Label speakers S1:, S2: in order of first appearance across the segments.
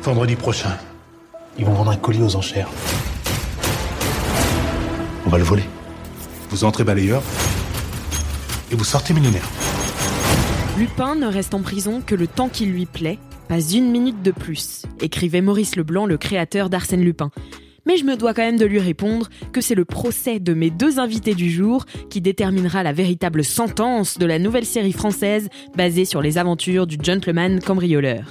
S1: Vendredi prochain, ils vont vendre un colis aux enchères. On va le voler. Vous entrez balayeur et vous sortez millionnaire.
S2: Lupin ne reste en prison que le temps qui lui plaît, pas une minute de plus, écrivait Maurice Leblanc, le créateur d'Arsène Lupin. Mais je me dois quand même de lui répondre que c'est le procès de mes deux invités du jour qui déterminera la véritable sentence de la nouvelle série française basée sur les aventures du gentleman cambrioleur.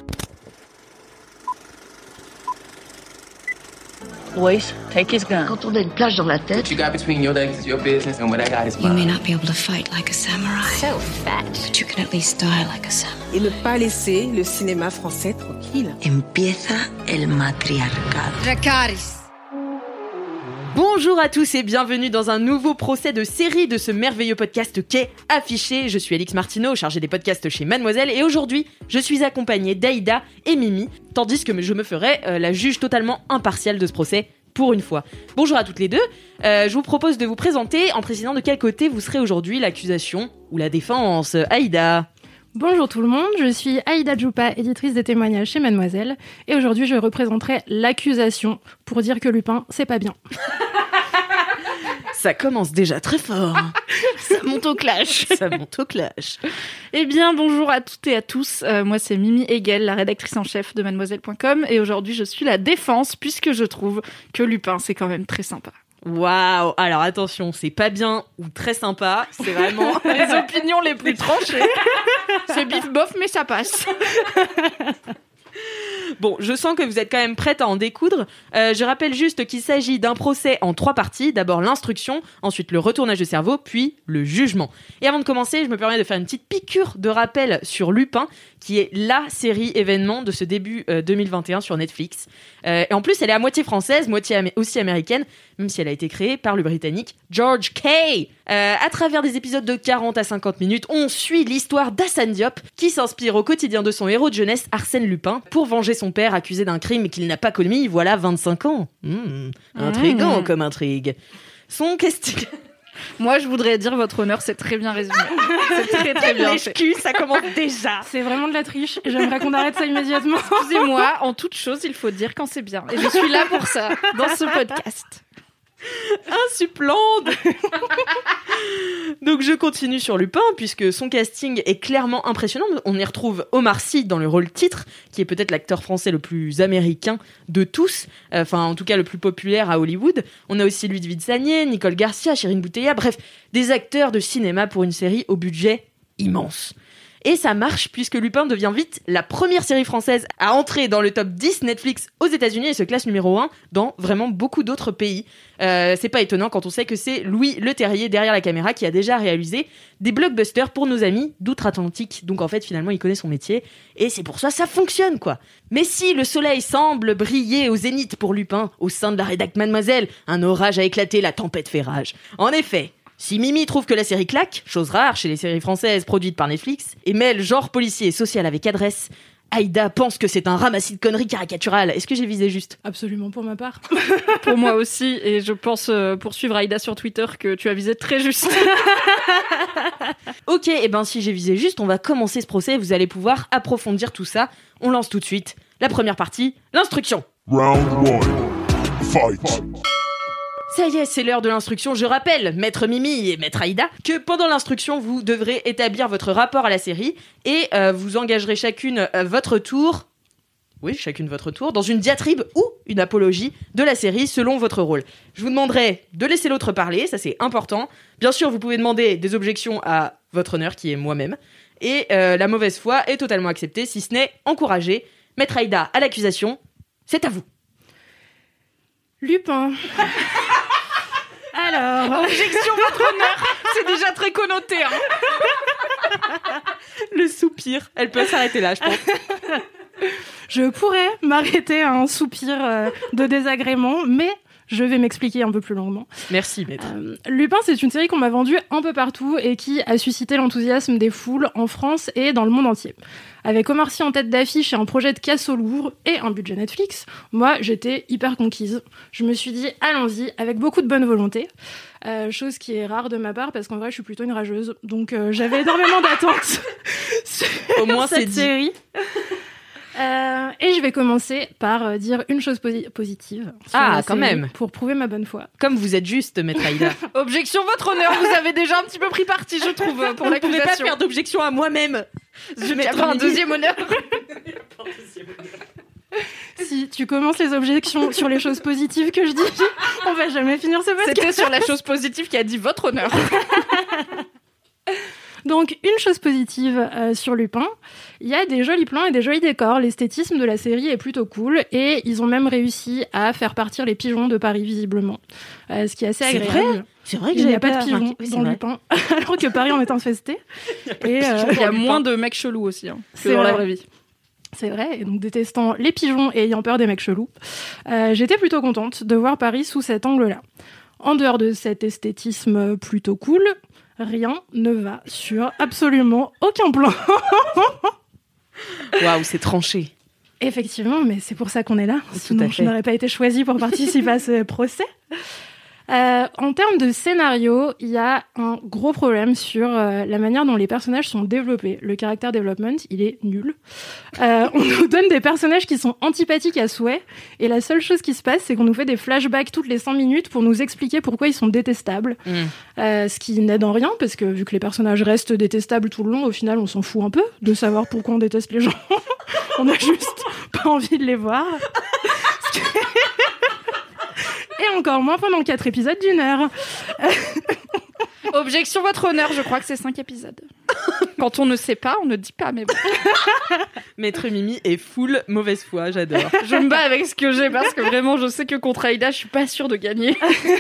S3: Boys, take his gun.
S4: Quand on a une plage dans la tête,
S5: What you got between your legs is your business, and what I got is
S6: You may
S5: mine.
S6: not be able to fight like a samurai,
S3: So fat.
S6: but you can at least die like a samurai.
S7: Et ne pas laisser le cinéma français tranquille.
S4: empieza el matriarcado.
S6: Dracarys.
S2: Bonjour à tous et bienvenue dans un nouveau procès de série de ce merveilleux podcast qu'est Affiché. Je suis Alix Martineau, chargée des podcasts chez Mademoiselle, et aujourd'hui, je suis accompagnée d'Aïda et Mimi, tandis que je me ferai la juge totalement impartiale de ce procès pour une fois. Bonjour à toutes les deux. Je vous propose de vous présenter en précisant de quel côté vous serez aujourd'hui, l'accusation ou la défense. Aïda.
S8: Bonjour tout le monde, je suis Aïda Djoupa, éditrice des témoignages chez Mademoiselle, et aujourd'hui je représenterai l'accusation pour dire que Lupin, c'est pas bien.
S2: Ça commence déjà très fort.
S9: Ça monte au clash.
S2: Ça monte au clash.
S9: Eh bien, bonjour à toutes et à tous. Moi, c'est Mimi Hegel, la rédactrice en chef de Mademoiselle.com. Et aujourd'hui, je suis la défense, puisque je trouve que Lupin, c'est quand même très sympa.
S2: Waouh. Alors attention, c'est pas bien ou très sympa, c'est vraiment
S9: Les opinions les plus tranchées. C'est bif-bof, mais ça passe.
S2: Bon, je sens que vous êtes quand même prête à en découdre. Je rappelle juste qu'il s'agit d'un procès en 3 parties. D'abord l'instruction, ensuite le retournage de cerveau, puis le jugement. Et avant de commencer, je me permets de faire une petite piqûre de rappel sur Lupin, qui est la série événement de ce début 2021 sur Netflix. Et en plus, elle est à moitié française, moitié aussi américaine, même si elle a été créée par le Britannique George Kay. À travers des épisodes de 40 à 50 minutes, on suit l'histoire d'Hassane Diop, qui s'inspire au quotidien de son héros de jeunesse, Arsène Lupin, pour venger son père accusé d'un crime qu'il n'a pas commis, voilà 25 ans. Intriguant comme intrigue. Son casting...
S9: Moi, je voudrais dire, votre honneur, c'est très bien résumé. C'est très, très bien fait.
S2: L'excuse, ça commence déjà.
S8: C'est vraiment de la triche, et j'aimerais qu'on arrête ça immédiatement.
S9: Excusez-moi, en toute chose, il faut dire quand c'est bien. Et je suis là pour ça, dans ce podcast.
S2: Insupplande. Donc je continue sur Lupin, puisque son casting est clairement impressionnant. On y retrouve Omar Sy dans le rôle titre, qui est peut-être l'acteur français le plus américain de tous, enfin en tout cas le plus populaire à Hollywood. On a aussi Ludwig Sagnier, Nicole Garcia, Chérine Bouteilla, bref, des acteurs de cinéma pour une série au budget immense. Et ça marche puisque Lupin devient vite la première série française à entrer dans le top 10 Netflix aux États-Unis et se classe numéro 1 dans vraiment beaucoup d'autres pays. C'est pas étonnant quand on sait que c'est Louis Leterrier derrière la caméra qui a déjà réalisé des blockbusters pour nos amis d'outre-Atlantique. Donc en fait, finalement, il connaît son métier et c'est pour ça fonctionne, quoi. Mais si le soleil semble briller au zénith pour Lupin, au sein de la rédac Mademoiselle, un orage a éclaté, la tempête fait rage. En effet, si Mimi trouve que la série claque, chose rare chez les séries françaises produites par Netflix, et mêle genre policier et social avec adresse, Aïda pense que c'est un ramassis de conneries caricaturales. Est-ce que j'ai visé juste ?
S8: Absolument pour ma part.
S9: Pour moi aussi, et je pense poursuivre Aïda sur Twitter que tu as visé très juste.
S2: Ok, et ben si j'ai visé juste, on va commencer ce procès et vous allez pouvoir approfondir tout ça. On lance tout de suite la première partie, l'instruction.
S10: Round 1. Fight.
S2: Ça y est, c'est l'heure de l'instruction. Je rappelle, maître Mimi et maître Aïda, que pendant l'instruction, vous devrez établir votre rapport à la série et vous engagerez chacune votre tour, dans une diatribe ou une apologie de la série selon votre rôle. Je vous demanderai de laisser l'autre parler, ça c'est important. Bien sûr, vous pouvez demander des objections à votre honneur, qui est moi-même. Et la mauvaise foi est totalement acceptée, si ce n'est encouragée. Maître Aïda, à l'accusation, c'est à vous.
S8: Lupin. Alors...
S9: Objection, votre honneur. C'est déjà très connoté, hein.
S2: Le soupir, elle peut s'arrêter là, je pense.
S8: Je pourrais m'arrêter à un soupir de désagrément, mais je vais m'expliquer un peu plus longuement.
S2: Merci, maître.
S8: Lupin, c'est une série qu'on m'a vendue un peu partout et qui a suscité l'enthousiasme des foules en France et dans le monde entier. Avec Omar Sy en tête d'affiche et un projet de casse au Louvre et un budget Netflix, moi, j'étais hyper conquise. Je me suis dit, allons-y, avec beaucoup de bonne volonté. Chose qui est rare de ma part, parce qu'en vrai, je suis plutôt une rageuse. Donc, j'avais énormément d'attentes sur
S2: Au moins,
S8: cette
S2: c'est dit.
S8: série. Et je vais commencer par dire une chose positive. sur
S2: Ah,
S8: la
S2: quand
S8: série
S2: même.
S8: Pour prouver ma bonne foi.
S2: Comme vous êtes juste, maître Aïda.
S9: Objection, votre honneur, vous avez déjà un petit peu pris parti, je trouve, pour
S2: Vous ne pouvez pas
S9: l'accusation.
S2: faire d'objection à moi-même.
S9: Je n'ai pas un deuxième honneur.
S8: Si tu commences les objections sur les choses positives que je dis, on va jamais finir ce podcast.
S9: C'était sur la chose positive qui a dit votre honneur.
S8: Donc, une chose positive sur Lupin, il y a des jolis plans et des jolis décors. L'esthétisme de la série est plutôt cool et ils ont même réussi à faire partir les pigeons de Paris, visiblement. Ce qui est assez
S2: C'est
S8: agréable.
S2: vrai C'est vrai que
S8: Il n'y
S2: j'avais
S8: a pas de pigeons
S2: remarqué. Oui, c'est
S8: dans
S2: vrai.
S8: Lupin, alors que Paris en est infesté. Et,
S9: Il y a moins de mecs chelous aussi que
S8: C'est
S9: dans la
S8: vrai.
S9: vraie vie.
S8: c'est vrai, et donc détestant les pigeons et ayant peur des mecs chelous, j'étais plutôt contente de voir Paris sous cet angle-là. En dehors de cet esthétisme plutôt cool, rien ne va sur absolument aucun plan.
S2: Waouh, c'est tranché.
S8: Effectivement, mais c'est pour ça qu'on est là.
S2: Tout
S8: Sinon,
S2: à
S8: je
S2: fait.
S8: n'aurais pas été choisie pour participer à ce procès. En termes de scénario, il y a un gros problème sur la manière dont les personnages sont développés. Le character development, il est nul. On nous donne des personnages qui sont antipathiques à souhait, et la seule chose qui se passe, c'est qu'on nous fait des flashbacks toutes les 5 minutes pour nous expliquer pourquoi ils sont détestables. Ce qui n'aide en rien, parce que vu que les personnages restent détestables tout le long, au final, on s'en fout un peu de savoir pourquoi on déteste les gens. On a juste pas envie de les voir. Et encore moins pendant 4 épisodes d'1 heure.
S9: Objection, votre honneur, je crois que c'est 5 épisodes. Quand on ne sait pas, on ne dit pas, mais bon.
S2: Maître Mimi est full mauvaise foi, j'adore.
S9: Je me bats avec ce que j'ai parce que vraiment, je sais que contre Aïda, je suis pas sûre de gagner.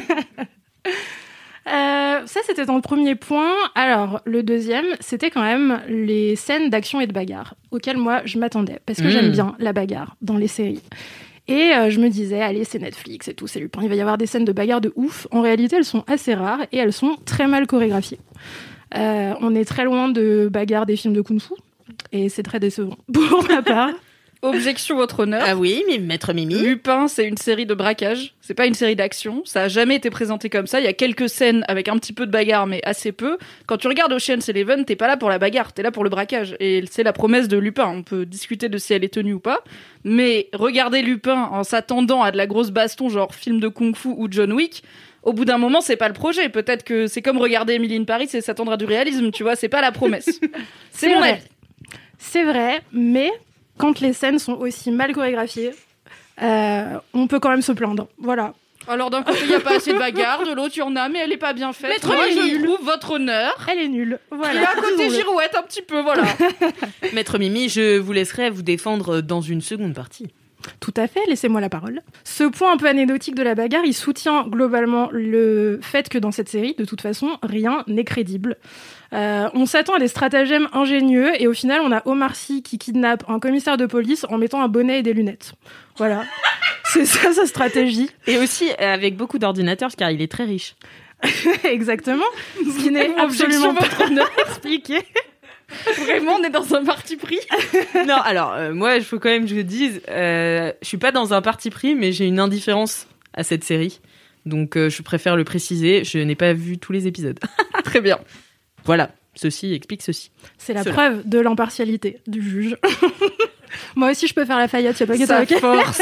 S8: Ça, c'était dans le premier point. Alors, le deuxième, c'était quand même les scènes d'action et de bagarre, auxquelles moi, je m'attendais, parce que j'aime bien la bagarre dans les séries. Et je me disais, allez, c'est Netflix et tout, c'est Lupin, il va y avoir des scènes de bagarre de ouf. En réalité, elles sont assez rares et elles sont très mal chorégraphiées. On est très loin de bagarre des films de kung-fu, et c'est très décevant pour ma part.
S9: Objection, votre honneur.
S2: Ah oui, mais Maître Mimi.
S9: Lupin, c'est une série de braquage. C'est pas une série d'action. Ça a jamais été présenté comme ça. Il y a quelques scènes avec un petit peu de bagarre, mais assez peu. Quand tu regardes Ocean's Eleven, t'es pas là pour la bagarre, t'es là pour le braquage. Et c'est la promesse de Lupin. On peut discuter de si elle est tenue ou pas. Mais regarder Lupin en s'attendant à de la grosse baston, genre film de kung-fu ou John Wick, au bout d'un moment, c'est pas le projet. Peut-être que c'est comme regarder Emily in Paris et s'attendre à du réalisme, tu vois. C'est pas la promesse. C'est mon
S8: vrai.
S9: avis.
S8: C'est vrai, mais quand les scènes sont aussi mal chorégraphiées, on peut quand même se plaindre. Voilà.
S9: Alors d'un côté, il n'y a pas assez de bagarre, de l'autre, il y en a, mais elle est pas bien faite.
S8: Maître
S9: Moi,
S8: Mimi.
S9: je trouve votre honneur.
S8: Elle est nulle. Voilà.
S9: Et à côté,
S8: Disons-le.
S9: girouette un petit peu, voilà.
S2: Maître Mimi, je vous laisserai vous défendre dans une seconde partie.
S8: Tout à fait, laissez-moi la parole. Ce point un peu anecdotique de la bagarre, il soutient globalement le fait que dans cette série, de toute façon, rien n'est crédible. On s'attend à des stratagèmes ingénieux et au final, on a Omar Sy qui kidnappe un commissaire de police en mettant un bonnet et des lunettes. Voilà. C'est ça sa stratégie.
S2: Et aussi avec beaucoup d'ordinateurs, car il est très riche.
S8: Exactement. Ce qui n'est
S9: Objection,
S8: absolument pas
S9: votre honneur.
S8: expliqué.
S9: Vraiment, on est dans un parti pris.
S2: Non, alors, moi, il faut quand même que je dise, je suis pas dans un parti pris, mais j'ai une indifférence à cette série. Donc, je préfère le préciser, je n'ai pas vu tous les épisodes.
S9: Très bien.
S2: Voilà, ceci explique ceci.
S8: C'est la
S2: Cela.
S8: preuve de l'impartialité du juge. Moi aussi, je peux faire la faillite, c'est pas que
S9: Sa
S8: ça.
S9: force.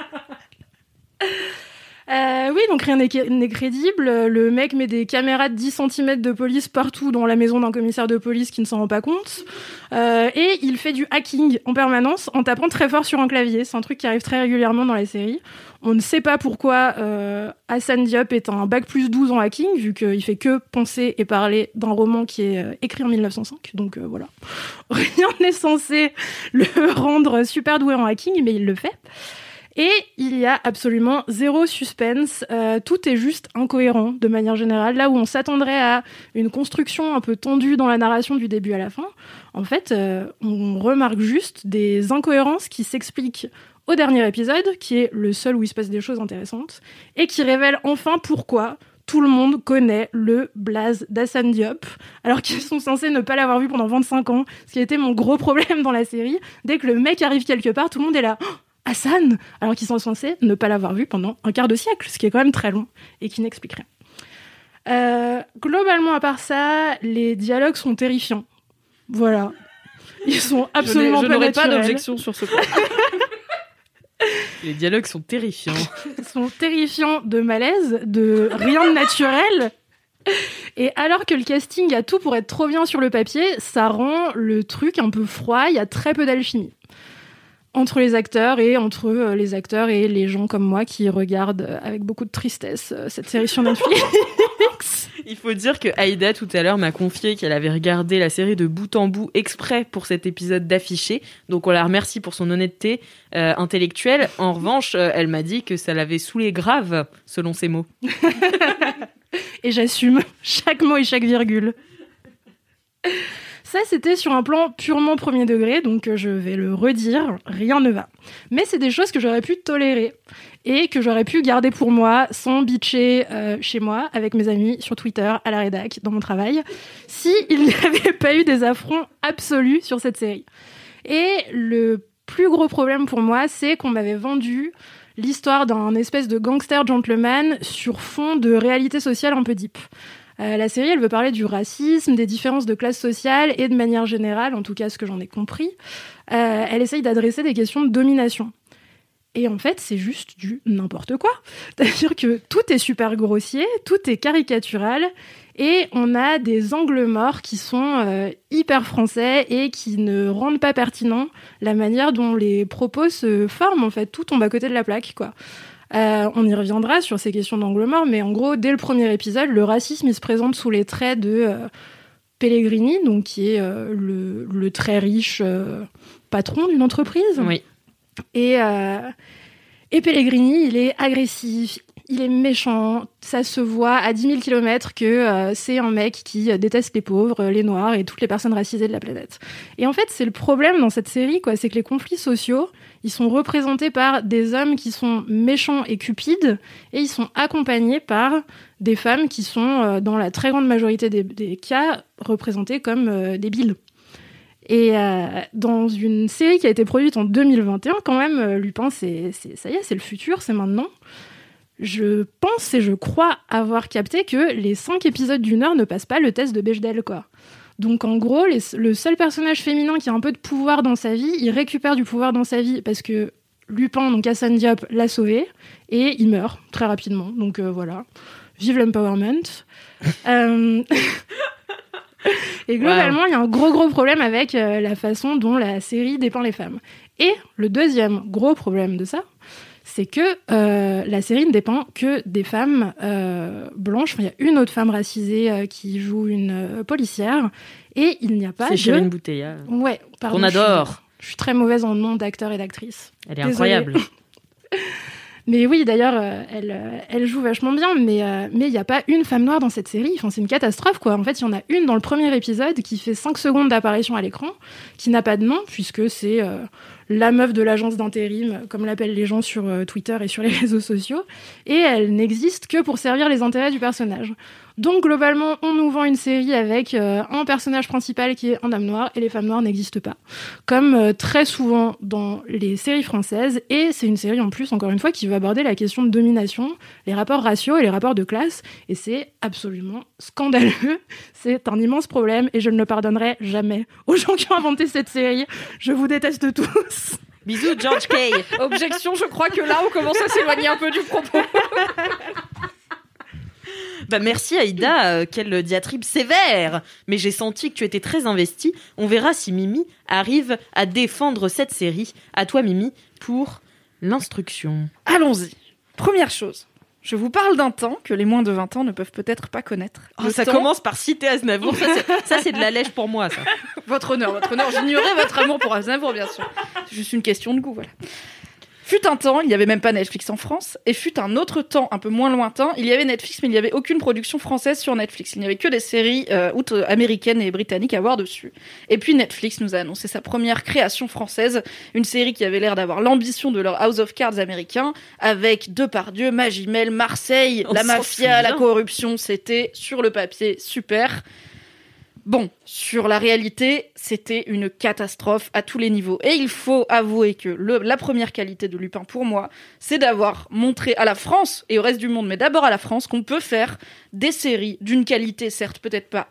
S8: Oui, donc rien n'est crédible. Le mec met des caméras de 10 cm de police partout dans la maison d'un commissaire de police qui ne s'en rend pas compte. Et il fait du hacking en permanence en tapant très fort sur un clavier. C'est un truc qui arrive très régulièrement dans la série. On ne sait pas pourquoi Hassan Diop est un bac+12 en hacking, vu qu'il fait que penser et parler d'un roman qui est écrit en 1905. Donc voilà. Rien n'est censé le rendre super doué en hacking, mais il le fait. Et il y a absolument zéro suspense, tout est juste incohérent de manière générale. Là où on s'attendrait à une construction un peu tendue dans la narration du début à la fin, en fait, on remarque juste des incohérences qui s'expliquent au dernier épisode, qui est le seul où il se passe des choses intéressantes, et qui révèle enfin pourquoi tout le monde connaît le blaze d'Hassan Diop, alors qu'ils sont censés ne pas l'avoir vu pendant 25 ans, ce qui a été mon gros problème dans la série. Dès que le mec arrive quelque part, tout le monde est là... Hassan, alors qu'ils sont censés ne pas l'avoir vu pendant un quart de siècle, ce qui est quand même très long et qui n'explique rien. Globalement, à part ça, les dialogues sont terrifiants. Voilà. Ils sont absolument
S9: je
S8: pas
S9: n'aurais pas
S8: naturels.
S9: d'objection sur ce point.
S2: Les dialogues sont terrifiants.
S8: Ils sont terrifiants de malaise, de rien de naturel. Et alors que le casting a tout pour être trop bien sur le papier, ça rend le truc un peu froid, il y a très peu d'alchimie. Entre les acteurs et entre les acteurs et les gens comme moi qui regardent avec beaucoup de tristesse cette série sur Netflix.
S2: Il faut dire que Aïda, tout à l'heure, m'a confié qu'elle avait regardé la série de bout en bout exprès pour cet épisode d'Affiché. Donc on la remercie pour son honnêteté intellectuelle. En revanche, elle m'a dit que ça l'avait saoulée grave, selon ses mots.
S8: Et j'assume chaque mot et chaque virgule. Ça, c'était sur un plan purement premier degré, donc je vais le redire, rien ne va. Mais c'est des choses que j'aurais pu tolérer et que j'aurais pu garder pour moi sans bitcher chez moi, avec mes amis, sur Twitter, à la rédac, dans mon travail, s'il n'y avait pas eu des affronts absolus sur cette série. Et le plus gros problème pour moi, c'est qu'on m'avait vendu l'histoire d'un espèce de gangster gentleman sur fond de réalité sociale un peu deep. La série, elle veut parler du racisme, des différences de classe sociale et de manière générale, en tout cas ce que j'en ai compris, elle essaye d'adresser des questions de domination. Et en fait, c'est juste du n'importe quoi. C'est-à-dire que tout est super grossier, tout est caricatural, et on a des angles morts qui sont hyper français et qui ne rendent pas pertinent la manière dont les propos se forment, en fait. Tout tombe à côté de la plaque, quoi. On y reviendra sur ces questions d'angle mort, mais en gros, dès le premier épisode, le racisme, il se présente sous les traits de Pellegrini, donc qui est le très riche patron d'une entreprise.
S2: Oui.
S8: Et Pellegrini, il est agressif, il est méchant, ça se voit à 10 000 km que c'est un mec qui déteste les pauvres, les noirs et toutes les personnes racisées de la planète. Et en fait, c'est le problème dans cette série, quoi, c'est que les conflits sociaux, ils sont représentés par des hommes qui sont méchants et cupides, et ils sont accompagnés par des femmes qui sont, dans la très grande majorité des cas, représentées comme débiles. Et dans une série qui a été produite en 2021, quand même, Lupin, ça y est, c'est le futur, c'est maintenant. Je pense et je crois avoir capté que les 5 épisodes d'1 heure ne passent pas le test de Bechdel, quoi. Donc en gros, le seul personnage féminin qui a un peu de pouvoir dans sa vie, il récupère du pouvoir dans sa vie parce que Lupin, donc Hassan Diop, l'a sauvé, et il meurt très rapidement. Donc voilà, vive l'empowerment. Et globalement, il y a un gros problème avec la façon dont la série dépeint les femmes. Et le deuxième gros problème de ça, c'est que la série ne dépeint que des femmes blanches. Enfin, il y a une autre femme racisée qui joue une policière, et il n'y a pas
S2: C'est Chérine Bouteilla.
S8: Ouais, pardon.
S2: On adore.
S8: Je suis très mauvaise en nom d'acteurs et d'actrices.
S2: Elle est
S8: Désolée.
S2: incroyable.
S8: Mais oui, d'ailleurs, elle joue vachement bien, mais il n'y a pas une femme noire dans cette série. Enfin, c'est une catastrophe, quoi. En fait, il y en a une dans le premier épisode qui fait 5 secondes d'apparition à l'écran, qui n'a pas de nom, puisque c'est la meuf de l'agence d'intérim, comme l'appellent les gens sur Twitter et sur les réseaux sociaux, et elle n'existe que pour servir les intérêts du personnage. Donc, globalement, on nous vend une série avec un personnage principal qui est un homme noir, et les femmes noires n'existent pas. Comme très souvent dans les séries françaises, et c'est une série en plus, encore une fois, qui va aborder la question de domination, les rapports raciaux et les rapports de classe, et c'est absolument scandaleux. C'est un immense problème, et je ne le pardonnerai jamais aux gens qui ont inventé cette série. Je vous déteste tous.
S2: Bisous, George Kay.
S9: Objection, je crois que là, on commence à s'éloigner un peu du propos.
S2: Bah merci Aïda, quelle diatribe sévère. Mais j'ai senti que tu étais très investie. On verra si Mimi arrive à défendre cette série. À toi Mimi pour l'instruction.
S9: Allons-y. Première chose. Je vous parle d'un temps que les moins de 20 ans ne peuvent peut-être pas connaître.
S2: Oh, ça commence par citer Aznavour. Ça, c'est de la lèche pour moi, ça.
S9: Votre honneur. J'ignorais votre amour pour Aznavour, bien sûr. C'est juste une question de goût, voilà. Fut un temps, il n'y avait même pas Netflix en France, et fut un autre temps un peu moins lointain, il y avait Netflix, mais il n'y avait aucune production française sur Netflix. Il n'y avait que des séries américaines et britanniques à voir dessus. Et puis Netflix nous a annoncé sa première création française, une série qui avait l'air d'avoir l'ambition de leur House of Cards américain, avec Depardieu, Magimel, Marseille, la mafia, la corruption, c'était sur le papier super. Bon, sur la réalité, c'était une catastrophe à tous les niveaux. Et il faut avouer que la première qualité de Lupin pour moi, c'est d'avoir montré à la France et au reste du monde, mais d'abord à la France, qu'on peut faire des séries d'une qualité, certes peut-être pas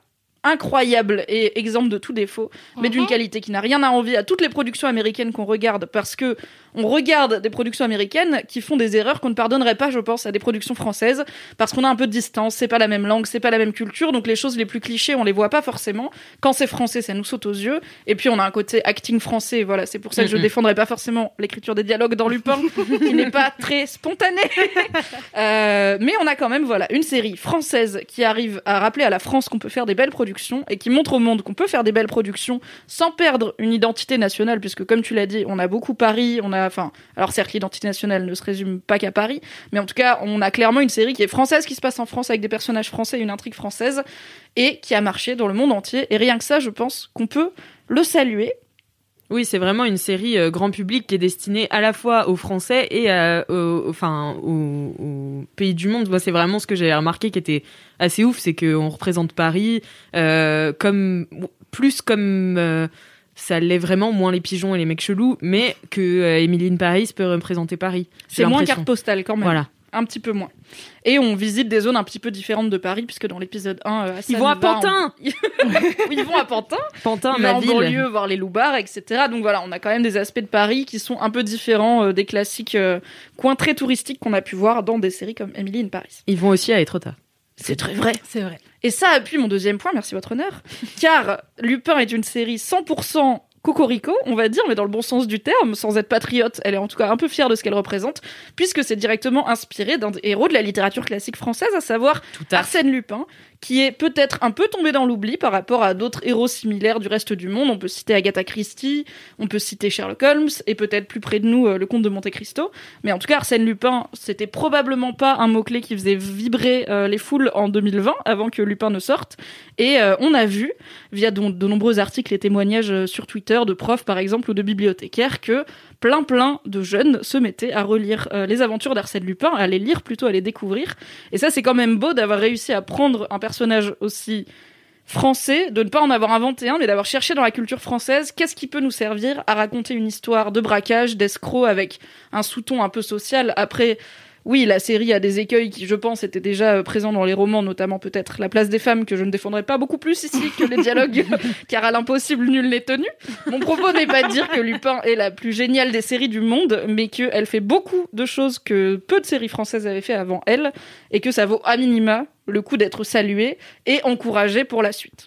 S9: incroyable et exemple de tout défaut, mais d'une qualité qui n'a rien à envier à toutes les productions américaines qu'on regarde, parce que on regarde des productions américaines qui font des erreurs qu'on ne pardonnerait pas, je pense, à des productions françaises, parce qu'on a un peu de distance, c'est pas la même langue, c'est pas la même culture, donc les choses les plus clichés, on les voit pas forcément. Quand c'est français, ça nous saute aux yeux. Et puis on a un côté acting français, voilà, c'est pour ça que je défendrai pas forcément l'écriture des dialogues dans Lupin, qui n'est pas très spontanée. Mais on a quand même, voilà, une série française qui arrive à rappeler à la France qu'on peut faire des belles productions et qui montre au monde qu'on peut faire des belles productions sans perdre une identité nationale, puisque comme tu l'as dit, on a beaucoup Paris, alors certes l'identité nationale ne se résume pas qu'à Paris, mais en tout cas on a clairement une série qui est française, qui se passe en France avec des personnages français, une intrigue française, et qui a marché dans le monde entier, et rien que ça je pense qu'on peut le saluer.
S2: Oui, c'est vraiment une série grand public qui est destinée à la fois aux Français et aux pays du monde. Moi, c'est vraiment ce que j'ai remarqué qui était assez ouf, c'est qu'on représente Paris comme ça l'est vraiment, moins les pigeons et les mecs chelous, mais que Emily in Paris peut représenter Paris.
S9: C'est moins carte postale quand même.
S2: Voilà.
S9: Un petit peu moins. Et on visite des zones un petit peu différentes de Paris, puisque dans l'épisode 1,
S2: ils vont à Pantin.
S9: Ils vont à Pantin.
S2: Pantin,
S9: ils
S2: ma
S9: vont
S2: ville.
S9: en banlieue voir les loupards, etc. Donc voilà, on a quand même des aspects de Paris qui sont un peu différents des classiques coins très touristiques qu'on a pu voir dans des séries comme Emily in Paris.
S2: Ils vont aussi à Étretat.
S9: C'est très vrai.
S8: C'est vrai.
S9: Et ça appuie mon deuxième point, merci votre honneur, car Lupin est une série 100% cocorico, on va dire, mais dans le bon sens du terme, sans être patriote, elle est en tout cas un peu fière de ce qu'elle représente, puisque c'est directement inspiré d'un héros de la littérature classique française, à savoir Arsène Lupin, qui est peut-être un peu tombé dans l'oubli par rapport à d'autres héros similaires du reste du monde. On peut citer Agatha Christie, on peut citer Sherlock Holmes, et peut-être plus près de nous, le comte de Monte-Cristo. Mais en tout cas, Arsène Lupin, c'était probablement pas un mot-clé qui faisait vibrer les foules en 2020, avant que Lupin ne sorte. Et on a vu, via de nombreux articles et témoignages sur Twitter, de profs par exemple, ou de bibliothécaires, que plein de jeunes se mettaient à relire les aventures d'Arsène Lupin, à les lire plutôt, à les découvrir. Et ça, c'est quand même beau d'avoir réussi à prendre un personnage aussi français, de ne pas en avoir inventé un, mais d'avoir cherché dans la culture française qu'est-ce qui peut nous servir à raconter une histoire de braquage, d'escroc, avec un sous-ton un peu social. Après, oui, la série a des écueils qui, je pense, étaient déjà présents dans les romans, notamment peut-être la place des femmes, que je ne défendrai pas beaucoup plus ici que les dialogues, car à l'impossible, nul n'est tenu. Mon propos n'est pas de dire que Lupin est la plus géniale des séries du monde, mais qu'elle fait beaucoup de choses que peu de séries françaises avaient fait avant elle, et que ça vaut à minima le coup d'être salué et encouragé pour la suite.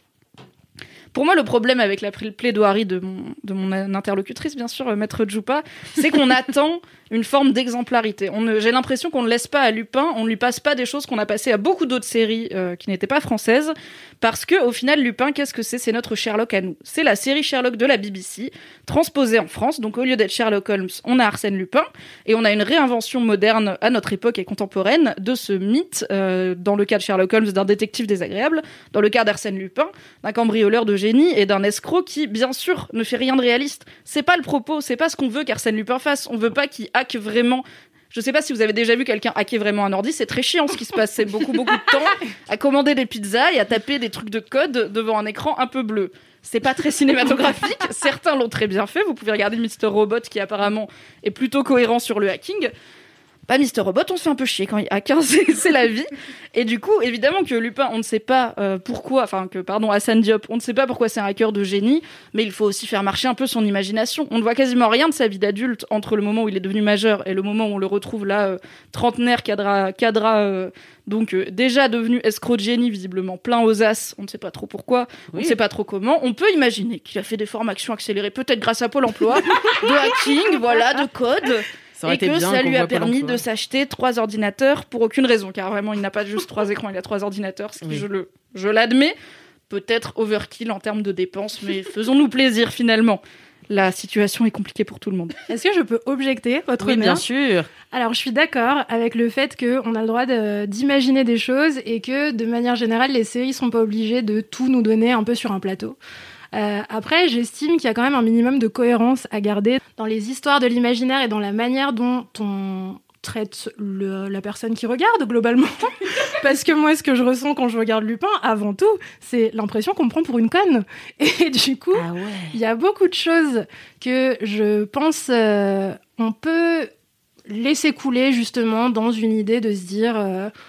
S9: Pour moi, le problème avec la plaidoirie de mon interlocutrice, bien sûr, Maître Djoupa, c'est qu'on attend une forme d'exemplarité. J'ai l'impression qu'on ne laisse pas à Lupin, on ne lui passe pas des choses qu'on a passées à beaucoup d'autres séries qui n'étaient pas françaises, parce que au final, Lupin, qu'est-ce que c'est ? C'est notre Sherlock à nous. C'est la série Sherlock de la BBC, transposée en France. Donc au lieu d'être Sherlock Holmes, on a Arsène Lupin, et on a une réinvention moderne à notre époque et contemporaine de ce mythe, dans le cas de Sherlock Holmes, d'un détective désagréable, dans le cas d'Arsène Lupin, d'un cambrioleur de génie et d'un escroc qui, bien sûr, ne fait rien de réaliste. C'est pas le propos, c'est pas ce qu'on veut qu'Arsène Lupin fasse. On veut pas qu'il hack vraiment. Je sais pas si vous avez déjà vu quelqu'un hacker vraiment un ordi, c'est très chiant ce qui se passe. C'est beaucoup de temps à commander des pizzas et à taper des trucs de code devant un écran un peu bleu. C'est pas très cinématographique. Certains l'ont très bien fait. Vous pouvez regarder Mr. Robot qui apparemment est plutôt cohérent sur le hacking. Pas Mr. Robot, on se fait un peu chier quand il hack, c'est la vie. Et du coup, évidemment que Lupin, on ne sait pas Hassan Diop, on ne sait pas pourquoi c'est un hacker de génie, mais il faut aussi faire marcher un peu son imagination. On ne voit quasiment rien de sa vie d'adulte entre le moment où il est devenu majeur et le moment où on le retrouve là, trentenaire, donc déjà devenu escroc de génie, visiblement plein aux as, on ne sait pas trop pourquoi, on ne sait pas trop comment. On peut imaginer qu'il a fait des formations accélérées, peut-être grâce à Pôle emploi, de hacking, voilà, de code. Et que ça lui a permis de s'acheter 3 ordinateurs pour aucune raison, car vraiment il n'a pas juste 3 écrans, il a 3 ordinateurs, ce qui je l'admets, peut-être overkill en termes de dépenses, mais faisons-nous plaisir finalement. La situation est compliquée pour tout le monde.
S8: Est-ce que je peux objecter, votre honneur ?
S2: Oui, bien sûr.
S8: Alors, je suis d'accord avec le fait qu'on a le droit d'imaginer des choses et que, de manière générale, les séries sont pas obligées de tout nous donner un peu sur un plateau. Après, j'estime qu'il y a quand même un minimum de cohérence à garder dans les histoires de l'imaginaire et dans la manière dont on traite la personne qui regarde, globalement. Parce que moi, ce que je ressens quand je regarde Lupin, avant tout, c'est l'impression qu'on me prend pour une conne. Et du coup, il y a beaucoup de choses que je pense on peut laisser couler, justement, dans une idée de se dire...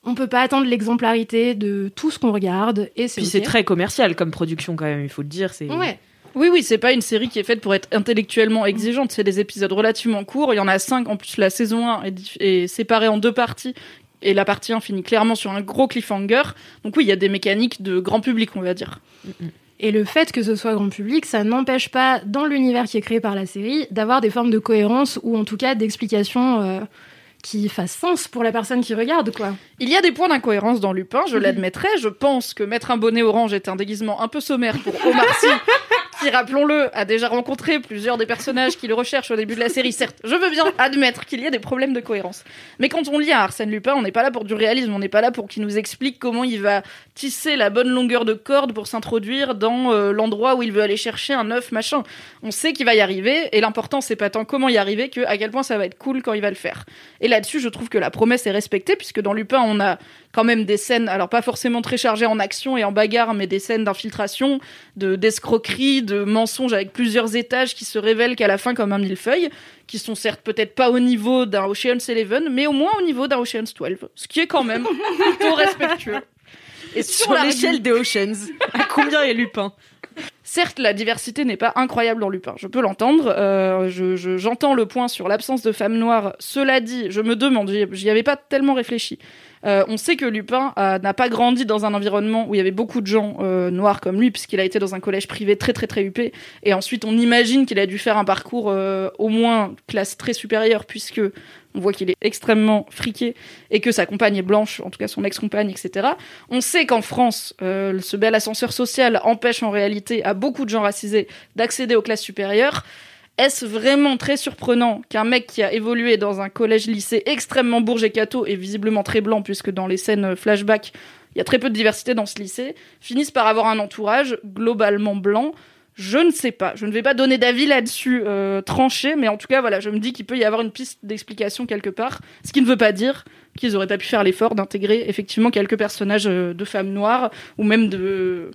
S8: On peut pas attendre l'exemplarité de tout ce qu'on regarde, et c'est
S2: Puis c'est très commercial comme production quand même, il faut le dire.
S8: Ouais.
S9: Oui, c'est pas une série qui est faite pour être intellectuellement exigeante. C'est des épisodes relativement courts. Il y en a 5. En plus, la saison 1 est séparée en 2 parties. Et la partie 1 finit clairement sur un gros cliffhanger. Donc oui, il y a des mécaniques de grand public, on va dire.
S8: Et le fait que ce soit grand public, ça n'empêche pas, dans l'univers qui est créé par la série, d'avoir des formes de cohérence ou en tout cas d'explications qui fassent sens pour la personne qui regarde, quoi.
S9: Il y a des points d'incohérence dans Lupin, je l'admettrai. Je pense que mettre un bonnet orange est un déguisement un peu sommaire pour Omar Sy, qui, rappelons-le, a déjà rencontré plusieurs des personnages qui le recherchent au début de la série. Certes, je veux bien admettre qu'il y a des problèmes de cohérence. Mais quand on lit un Arsène Lupin, on n'est pas là pour du réalisme, on n'est pas là pour qu'il nous explique comment il va tisser la bonne longueur de corde pour s'introduire dans l'endroit où il veut aller chercher un œuf, machin. On sait qu'il va y arriver, et l'important, c'est pas tant comment y arriver que à quel point ça va être cool quand il va le faire. Et là-dessus, je trouve que la promesse est respectée, puisque dans Lupin, on a quand même des scènes, alors pas forcément très chargées en action et en bagarre, mais des scènes d'infiltration, d'escroquerie, de mensonges avec plusieurs étages qui se révèlent qu'à la fin comme un millefeuille, qui sont certes peut-être pas au niveau d'un Ocean's 11, mais au moins au niveau d'un Ocean's 12, ce qui est quand même plutôt respectueux. Et
S2: sur l'échelle des Oceans, à combien est Lupin ?
S9: Certes, la diversité n'est pas incroyable dans Lupin, je peux l'entendre. J'entends le point sur l'absence de femmes noires. Cela dit, je me demande, j'y avais pas tellement réfléchi. On sait que Lupin n'a pas grandi dans un environnement où il y avait beaucoup de gens noirs comme lui, puisqu'il a été dans un collège privé très très très huppé. Et ensuite, on imagine qu'il a dû faire un parcours au moins classe très supérieure, puisque on voit qu'il est extrêmement friqué et que sa compagne est blanche, en tout cas son ex-compagne, etc. On sait qu'en France, ce bel ascenseur social empêche en réalité à beaucoup de gens racisés d'accéder aux classes supérieures. Est-ce vraiment très surprenant qu'un mec qui a évolué dans un collège-lycée extrêmement bourge et catho et visiblement très blanc, puisque dans les scènes flashback, il y a très peu de diversité dans ce lycée, finisse par avoir un entourage globalement blanc? Je ne sais pas. Je ne vais pas donner d'avis là-dessus tranché, mais en tout cas, voilà, je me dis qu'il peut y avoir une piste d'explication quelque part, ce qui ne veut pas dire qu'ils auraient pas pu faire l'effort d'intégrer effectivement quelques personnages de femmes noires, ou même de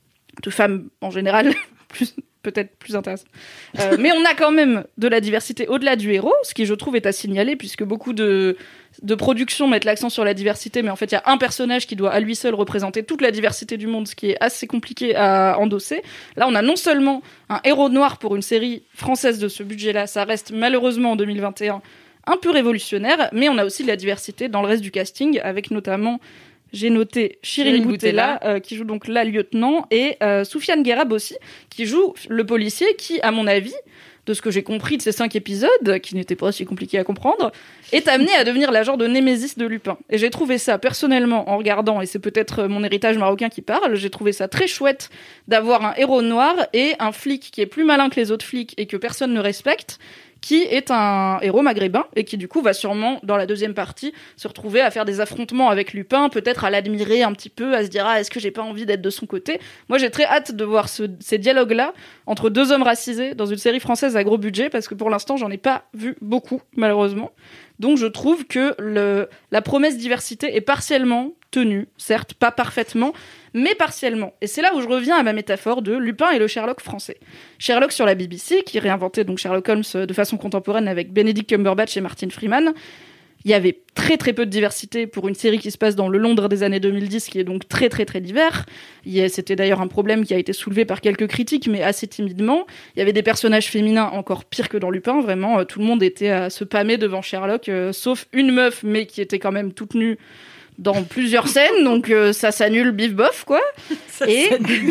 S9: femmes en général, peut-être plus intéressant. Mais on a quand même de la diversité au-delà du héros, ce qui je trouve est à signaler, puisque beaucoup de productions mettent l'accent sur la diversité, mais en fait il y a un personnage qui doit à lui seul représenter toute la diversité du monde, ce qui est assez compliqué à endosser. Là on a non seulement un héros noir pour une série française de ce budget-là, ça reste malheureusement en 2021 un peu révolutionnaire, mais on a aussi de la diversité dans le reste du casting, avec notamment... J'ai noté Chirine Boutella, qui joue donc la lieutenant, et Soufiane Guerab aussi, qui joue le policier qui, à mon avis, de ce que j'ai compris de ces 5 épisodes, qui n'étaient pas si compliqués à comprendre, est amené à devenir la genre de némésis de Lupin. Et j'ai trouvé ça, personnellement, en regardant, et c'est peut-être mon héritage marocain qui parle, j'ai trouvé ça très chouette d'avoir un héros noir et un flic qui est plus malin que les autres flics et que personne ne respecte, qui est un héros maghrébin et qui du coup va sûrement dans la deuxième partie se retrouver à faire des affrontements avec Lupin, peut-être à l'admirer un petit peu, à se dire est-ce que j'ai pas envie d'être de son côté. Moi j'ai très hâte de voir ces dialogues-là entre deux hommes racisés dans une série française à gros budget, parce que pour l'instant j'en ai pas vu beaucoup malheureusement. Donc je trouve que la promesse diversité est partiellement tenue, certes pas parfaitement, mais partiellement. Et c'est là où je reviens à ma métaphore de Lupin et le Sherlock français. Sherlock sur la BBC, qui réinventait donc Sherlock Holmes de façon contemporaine avec Benedict Cumberbatch et Martin Freeman. Il y avait très très peu de diversité pour une série qui se passe dans le Londres des années 2010, qui est donc très très très divers. C'était d'ailleurs un problème qui a été soulevé par quelques critiques, mais assez timidement. Il y avait des personnages féminins encore pires que dans Lupin, vraiment. Tout le monde était à se pâmer devant Sherlock, sauf une meuf, mais qui était quand même toute nue dans plusieurs scènes, donc ça s'annule bif bof quoi. Et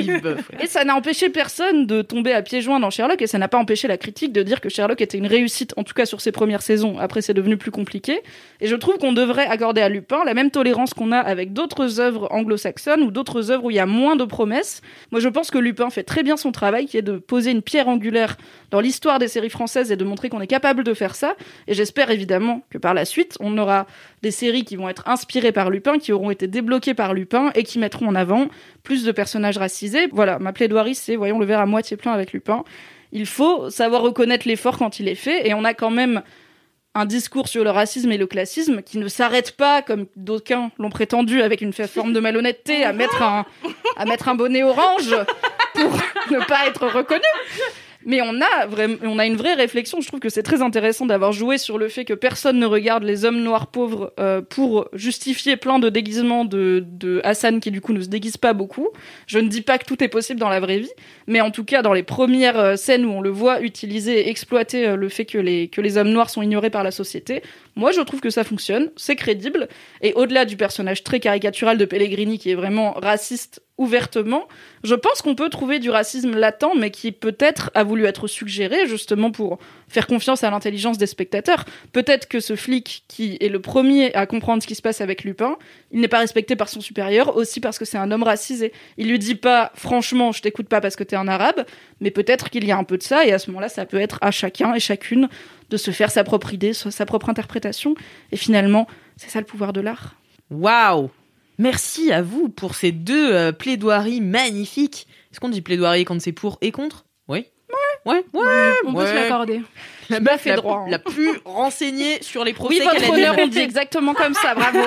S9: ça n'a empêché personne de tomber à pieds joints dans Sherlock, et ça n'a pas empêché la critique de dire que Sherlock était une réussite, en tout cas sur ses premières saisons. Après c'est devenu plus compliqué, et je trouve qu'on devrait accorder à Lupin la même tolérance qu'on a avec d'autres œuvres anglo-saxonnes ou d'autres œuvres où il y a moins de promesses. Moi je pense que Lupin fait très bien son travail, qui est de poser une pierre angulaire dans l'histoire des séries françaises et de montrer qu'on est capable de faire ça, et j'espère évidemment que par la suite on aura des séries qui vont être inspirées par Lupin, qui auront été débloquées par Lupin et qui mettront en avant plus de personnages racisés. Voilà, ma plaidoirie, c'est voyons le verre à moitié plein avec Lupin. Il faut savoir reconnaître l'effort quand il est fait, et on a quand même un discours sur le racisme et le classisme qui ne s'arrête pas, comme d'aucuns l'ont prétendu, avec une forme de malhonnêteté, à mettre un bonnet orange pour ne pas être reconnu. Mais on a une vraie réflexion. Je trouve que c'est très intéressant d'avoir joué sur le fait que personne ne regarde les hommes noirs pauvres pour justifier plein de déguisements de Hassan qui du coup ne se déguise pas beaucoup. Je ne dis pas que tout est possible dans la vraie vie, mais en tout cas dans les premières scènes où on le voit utiliser et exploiter le fait que les hommes noirs sont ignorés par la société, moi je trouve que ça fonctionne, c'est crédible. Et au-delà du personnage très caricatural de Pellegrini qui est vraiment raciste ouvertement, je pense qu'on peut trouver du racisme latent, mais qui peut-être a voulu être suggéré justement pour faire confiance à l'intelligence des spectateurs. Peut-être que ce flic qui est le premier à comprendre ce qui se passe avec Lupin, il n'est pas respecté par son supérieur, aussi parce que c'est un homme racisé. Il lui dit pas, franchement, je t'écoute pas parce que t'es un arabe, mais peut-être qu'il y a un peu de ça, et à ce moment-là, ça peut être à chacun et chacune de se faire sa propre idée, sa propre interprétation. Et finalement, c'est ça le pouvoir de l'art.
S2: Waouh! Merci à vous pour ces deux plaidoiries magnifiques. Est-ce qu'on dit plaidoirie quand c'est pour et contre? Oui. Ouais.
S8: On peut se l'accorder.
S2: La meuf est droit. La plus renseignée sur les procès
S9: oui,
S2: qu'elle a
S9: votre honneur, on dit exactement comme ça, bravo.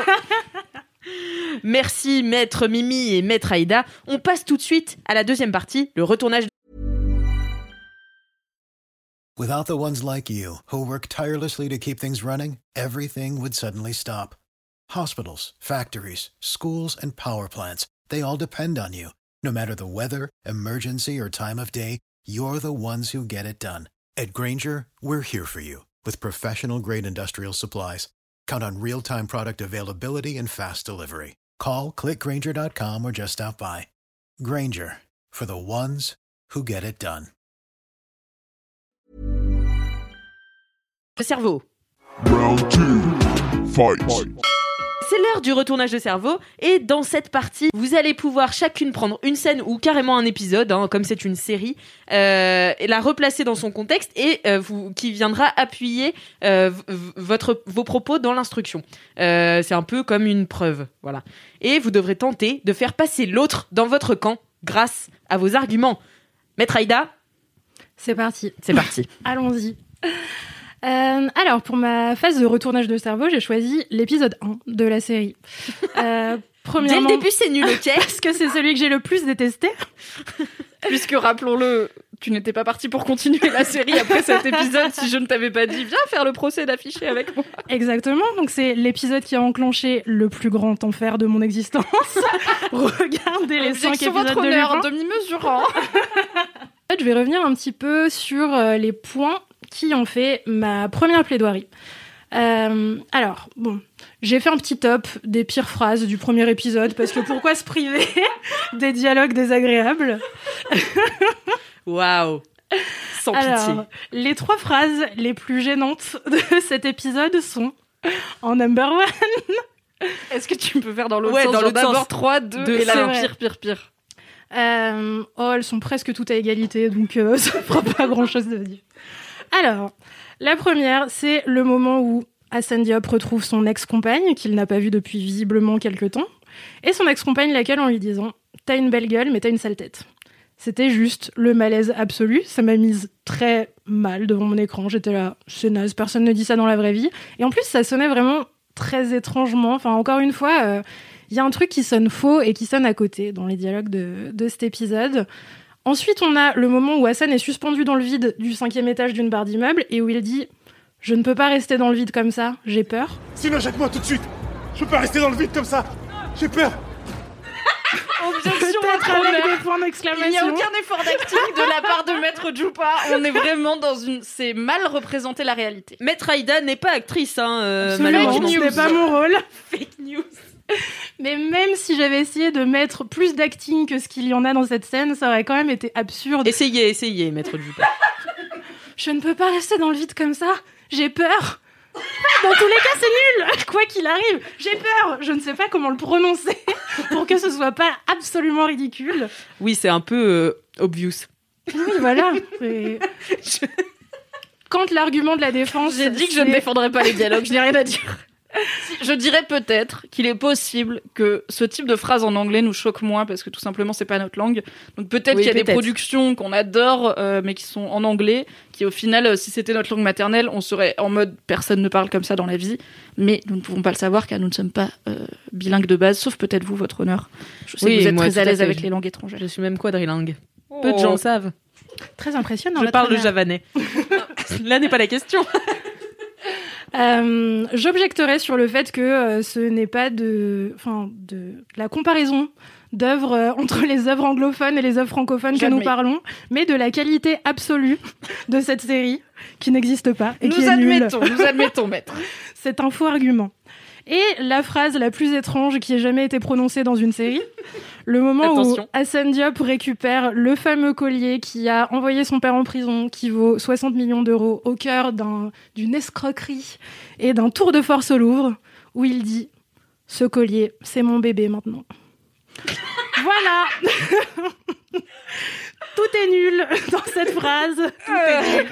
S2: Merci maître Mimi et maître Aïda. On passe tout de suite à la deuxième partie, le retournage.
S11: Without the ones like you, who work tirelessly to keep things running, everything would suddenly stop. Hospitals, factories, schools, and power plants, they all depend on you. No matter the weather, emergency, or time of day, you're the ones who get it done. At Grainger, we're here for you with professional-grade industrial supplies. Count on real-time product availability and fast delivery. Call, click Grainger.com, or just stop by. Grainger, for the ones who get it done.
S2: Le cerveau.
S10: Round 2. Fight.
S2: C'est l'heure du retournage de cerveau, et dans cette partie, vous allez pouvoir chacune prendre une scène ou carrément un épisode, comme c'est une série, et la replacer dans son contexte et qui viendra appuyer vos propos dans l'instruction. C'est un peu comme une preuve, voilà. Et vous devrez tenter de faire passer l'autre dans votre camp grâce à vos arguments. Maître Aïda,
S8: c'est parti.
S2: C'est parti.
S8: Allons-y. Alors, pour ma phase de retournage de cerveau, j'ai choisi l'épisode 1 de la série. Premièrement,
S2: dès le début, c'est nul, ok?
S8: Parce que c'est celui que j'ai le plus détesté.
S9: Puisque, rappelons-le, tu n'étais pas parti pour continuer la série après cet épisode si je ne t'avais pas dit « Viens faire le procès d'affiché avec moi ».
S8: Exactement, donc c'est l'épisode qui a enclenché le plus grand enfer de mon existence. Regardez les 5 épisodes
S9: votre
S8: de
S9: honneur,
S8: Lupin.
S9: demi-mesurant.
S8: Je vais revenir un petit peu sur les points qui ont fait ma première plaidoirie. Alors, bon, j'ai fait un petit top des pires phrases du premier épisode, parce que pourquoi se priver des dialogues désagréables?
S2: Waouh! Sans pitié.
S8: Alors, les 3 phrases les plus gênantes de cet épisode sont en number 1.
S9: Est-ce que tu peux faire dans l'autre
S2: sens?
S9: dans
S2: l'autre
S9: d'abord
S2: sens.
S9: 3, 2, et là, pire.
S8: Elles sont presque toutes à égalité, donc ça fera pas grand-chose de dire. Alors, la première, c'est le moment où Hassan Diop retrouve son ex-compagne, qu'il n'a pas vue depuis visiblement quelques temps, et son ex-compagne l'accueille en lui disant « T'as une belle gueule, mais t'as une sale tête ». C'était juste le malaise absolu, ça m'a mise très mal devant mon écran, j'étais là, c'est naze, personne ne dit ça dans la vraie vie. Et en plus, ça sonnait vraiment très étrangement, enfin encore une fois, y a un truc qui sonne faux et qui sonne à côté dans les dialogues de cet épisode. Ensuite, on a le moment où Hassan est suspendu dans le vide du 5e étage d'une barre d'immeuble et où il dit « Je ne peux pas rester dans le vide comme ça, j'ai peur. »
S1: Sinon, jette-moi tout de suite. Je peux pas rester dans le vide comme ça. J'ai peur.
S9: Objection,
S8: Peut-être
S9: votre
S8: avec
S9: honneur.
S8: des points d'exclamation.
S9: Il n'y a aucun effort d'acting de la part de Maître Djoupa. On est vraiment dans une... C'est mal représenter la réalité.
S2: Maître Aïda n'est pas actrice,
S8: Absolument,
S2: malheureusement.
S8: ce n'est pas mon rôle.
S2: Fake news.
S8: Mais même si j'avais essayé de mettre plus d'acting que ce qu'il y en a dans cette scène, ça aurait quand même été absurde.
S2: Essayez, Maître Djoupa.
S8: Je ne peux pas rester dans le vide comme ça, j'ai peur. Dans tous les cas, c'est nul. Quoi qu'il arrive, j'ai peur. Je ne sais pas comment le prononcer pour que ce soit pas absolument ridicule.
S2: Oui, c'est un peu obvious.
S8: Oui, voilà. Quand l'argument de la défense...
S9: J'ai dit que je ne défendrais pas les dialogues, je n'ai rien à dire. Je dirais peut-être qu'il est possible que ce type de phrase en anglais nous choque moins parce que tout simplement c'est pas notre langue. Donc peut-être qu'il y a des productions qu'on adore mais qui sont en anglais, qui au final si c'était notre langue maternelle on serait en mode personne ne parle comme ça dans la vie, mais nous ne pouvons pas le savoir car nous ne sommes pas bilingues de base, sauf peut-être vous, votre honneur. Je sais que vous êtes très à l'aise avec les langues étrangères.
S2: Je suis même quadrilingue. Peu de gens le savent.
S8: Très impressionnant.
S2: Je parle le javanais. Là n'est pas la question.
S8: J'objecterai sur le fait que ce n'est pas de la comparaison d'œuvres entre les œuvres anglophones et les œuvres francophones que nous parlons, mais de la qualité absolue de cette série qui n'existe pas et qui est nulle.
S9: Nous admettons, maître.
S8: C'est un faux argument. Et la phrase la plus étrange qui ait jamais été prononcée dans une série, le moment où Hassan Diop récupère le fameux collier qui a envoyé son père en prison, qui vaut 60 millions d'euros, au cœur d'une escroquerie et d'un tour de force au Louvre, où il dit « Ce collier, c'est mon bébé maintenant ». Voilà. Tout est nul dans cette phrase. Tout est nul.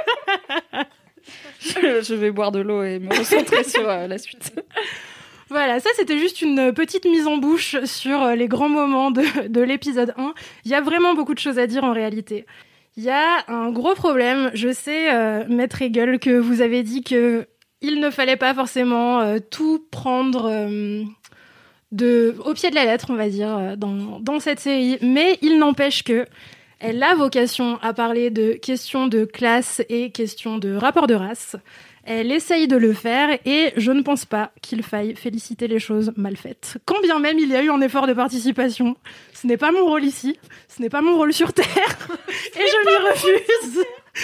S9: Je vais boire de l'eau et me recentrer sur la suite.
S8: Voilà, ça c'était juste une petite mise en bouche sur les grands moments de l'épisode 1. Il y a vraiment beaucoup de choses à dire en réalité. Il y a un gros problème. Je sais, Maître Hegel, que vous avez dit qu'il ne fallait pas forcément tout prendre au pied de la lettre, on va dire, dans cette série. Mais il n'empêche que elle a vocation à parler de questions de classe et questions de rapport de race. Elle essaye de le faire et je ne pense pas qu'il faille féliciter les choses mal faites. Quand bien même il y a eu un effort de participation, ce n'est pas mon rôle ici, ce n'est pas mon rôle sur Terre et je m'y refuse.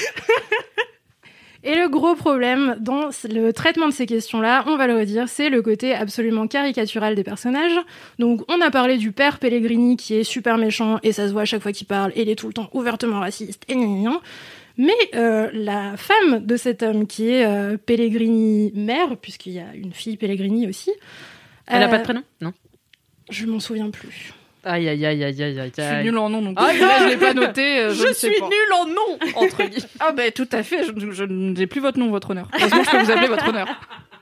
S8: Et le gros problème dans le traitement de ces questions-là, on va le redire, c'est le côté absolument caricatural des personnages. Donc on a parlé du père Pellegrini qui est super méchant et ça se voit à chaque fois qu'il parle et il est tout le temps ouvertement raciste et gna. Mais la femme de cet homme qui est Pellegrini mère, puisqu'il y a une fille Pellegrini aussi.
S2: Elle n'a pas de prénom ? Non.
S8: Je m'en souviens plus.
S2: Aïe.
S9: Je suis nulle en nom, donc là, je l'ai pas noté.
S2: Je suis nulle en nom, entre guillemets.
S9: Ah ben tout à fait, je n'ai plus votre nom, votre honneur. Heureusement, je peux vous appeler votre honneur.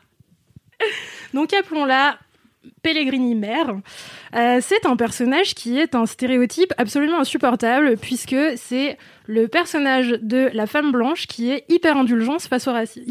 S8: Donc appelons-la Pellegrini mère. C'est un personnage qui est un stéréotype absolument insupportable, puisque c'est le personnage de la femme blanche qui est hyper indulgente face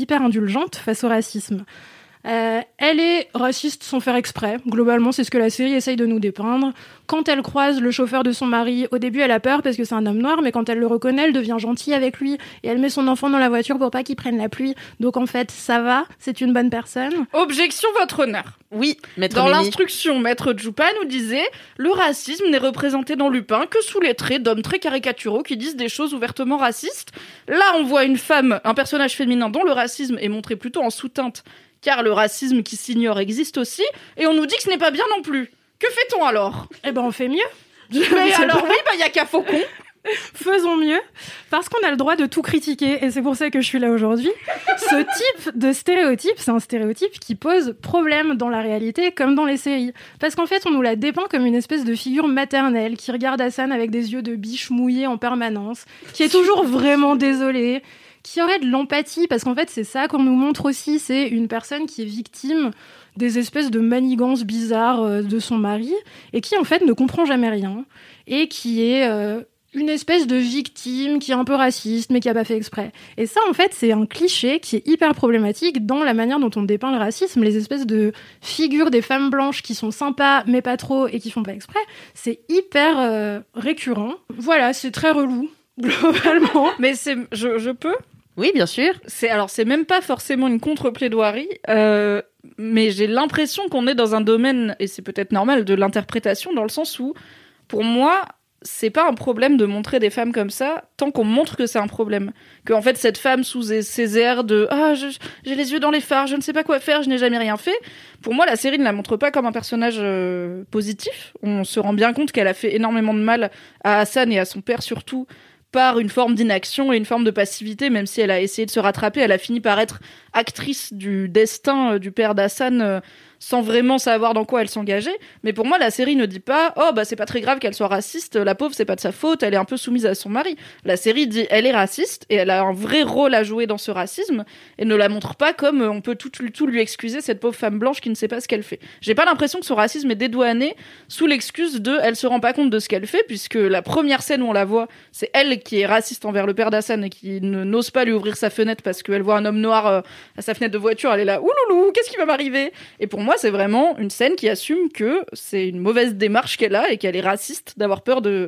S8: au racisme. Elle est raciste sans faire exprès. Globalement, c'est ce que la série essaye de nous dépeindre. Quand elle croise le chauffeur de son mari, au début, elle a peur parce que c'est un homme noir, mais quand elle le reconnaît, elle devient gentille avec lui et elle met son enfant dans la voiture pour pas qu'il prenne la pluie. Donc en fait, ça va, c'est une bonne personne.
S9: Objection, votre honneur.
S2: Oui, maître
S9: Dans
S2: Mimi.
S9: l'instruction, maître Djoupa nous disait « Le racisme n'est représenté dans Lupin que sous les traits d'hommes très caricaturaux qui disent des choses ouvertement racistes. » Là, on voit une femme, un personnage féminin dont le racisme est montré plutôt en sous-teinte, car le racisme qui s'ignore existe aussi, et on nous dit que ce n'est pas bien non plus. Que fait-on alors ?
S8: Eh ben, on fait mieux.
S9: Mais alors oui, il y a qu'à Faucon.
S8: Faisons mieux, parce qu'on a le droit de tout critiquer, et c'est pour ça que je suis là aujourd'hui. Ce type de stéréotype, c'est un stéréotype qui pose problème dans la réalité comme dans les séries. Parce qu'en fait, on nous la dépeint comme une espèce de figure maternelle qui regarde Hassan avec des yeux de biche mouillés en permanence, qui est toujours vraiment désolée, qui aurait de l'empathie, parce qu'en fait, c'est ça qu'on nous montre aussi, c'est une personne qui est victime des espèces de manigances bizarres de son mari, et qui, en fait, ne comprend jamais rien, et qui est une espèce de victime qui est un peu raciste, mais qui a pas fait exprès. Et ça, en fait, c'est un cliché qui est hyper problématique dans la manière dont on dépeint le racisme, les espèces de figures des femmes blanches qui sont sympas, mais pas trop, et qui font pas exprès. C'est hyper récurrent. Voilà, c'est très relou, globalement.
S9: Mais je peux ?
S2: Oui, bien sûr.
S9: C'est même pas forcément une contre-plaidoirie, mais j'ai l'impression qu'on est dans un domaine, et c'est peut-être normal, de l'interprétation, dans le sens où, pour moi, c'est pas un problème de montrer des femmes comme ça, tant qu'on montre que c'est un problème. Que, en fait, cette femme, sous ses airs de « Ah, j'ai les yeux dans les phares, je ne sais pas quoi faire, je n'ai jamais rien fait », pour moi, la série ne la montre pas comme un personnage positif. On se rend bien compte qu'elle a fait énormément de mal à Hassan et à son père, surtout, par une forme d'inaction et une forme de passivité, même si elle a essayé de se rattraper, elle a fini par être actrice du destin du père d'Hassan sans vraiment savoir dans quoi elle s'engageait. Mais pour moi, la série ne dit pas « Oh, bah c'est pas très grave qu'elle soit raciste, la pauvre, c'est pas de sa faute, elle est un peu soumise à son mari. » La série dit « Elle est raciste et elle a un vrai rôle à jouer dans ce racisme et ne la montre pas comme on peut tout lui excuser, cette pauvre femme blanche qui ne sait pas ce qu'elle fait. » J'ai pas l'impression que son racisme est dédouané sous l'excuse de « Elle se rend pas compte de ce qu'elle fait » puisque la première scène où on la voit, c'est elle qui est raciste envers le père d'Hassan et qui n'ose pas lui ouvrir sa fenêtre parce qu'elle voit un homme noir à sa fenêtre de voiture, elle est là « Ouloulou, qu'est-ce qui va m'arriver ?» Et pour moi, c'est vraiment une scène qui assume que c'est une mauvaise démarche qu'elle a et qu'elle est raciste d'avoir peur de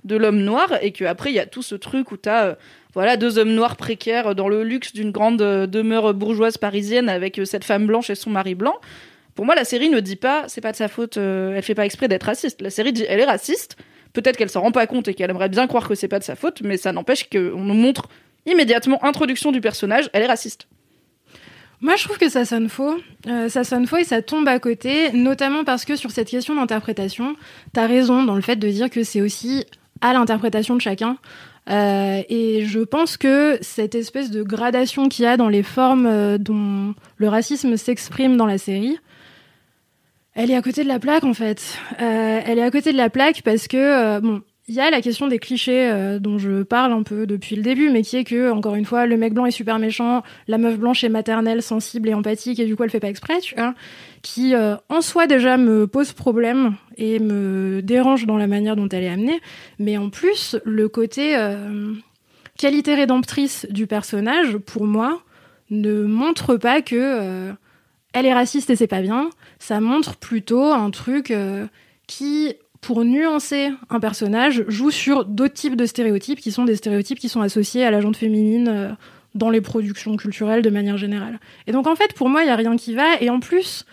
S9: de l'homme noir, et qu'après il y a tout ce truc où t'as voilà, 2 hommes noirs précaires dans le luxe d'une grande demeure bourgeoise parisienne avec cette femme blanche et son mari blanc. Pour moi, la série ne dit pas c'est pas de sa faute, elle fait pas exprès d'être raciste. La série dit elle est raciste, peut-être qu'elle s'en rend pas compte et qu'elle aimerait bien croire que c'est pas de sa faute, mais ça n'empêche qu'on nous montre immédiatement, introduction du personnage, elle est raciste.
S8: Moi, je trouve que ça sonne faux. Ça sonne faux et ça tombe à côté, notamment parce que sur cette question d'interprétation, t'as raison dans le fait de dire que c'est aussi à l'interprétation de chacun. Et je pense que cette espèce de gradation qu'il y a dans les formes dont le racisme s'exprime dans la série, elle est à côté de la plaque, en fait. Elle est à côté de la plaque parce que, il y a la question des clichés dont je parle un peu depuis le début, mais qui est que, encore une fois, le mec blanc est super méchant, la meuf blanche est maternelle, sensible et empathique, et du coup, elle fait pas exprès, tu vois. Qui, en soi, déjà, me pose problème et me dérange dans la manière dont elle est amenée. Mais en plus, le côté qualité rédemptrice du personnage, pour moi, ne montre pas que elle est raciste et c'est pas bien. Ça montre plutôt un truc qui, pour nuancer un personnage, joue sur d'autres types de stéréotypes qui sont des stéréotypes qui sont associés à la gente féminine dans les productions culturelles de manière générale. Et donc, en fait, pour moi, il y a rien qui va. Et en plus...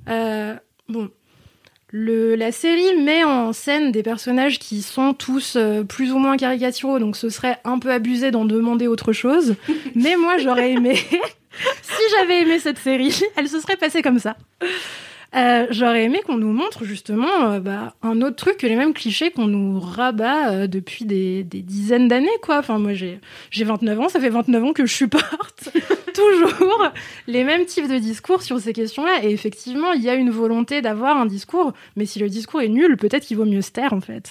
S8: la série met en scène des personnages qui sont tous plus ou moins caricaturaux, donc ce serait un peu abusé d'en demander autre chose. Mais moi, j'aurais aimé... si j'avais aimé cette série, elle se serait passée comme ça. J'aurais aimé qu'on nous montre justement un autre truc que les mêmes clichés qu'on nous rabat depuis des dizaines d'années, quoi. Enfin, moi, j'ai 29 ans, ça fait 29 ans que je supporte toujours les mêmes types de discours sur ces questions-là. Et effectivement, il y a une volonté d'avoir un discours, mais si le discours est nul, peut-être qu'il vaut mieux se taire, en fait.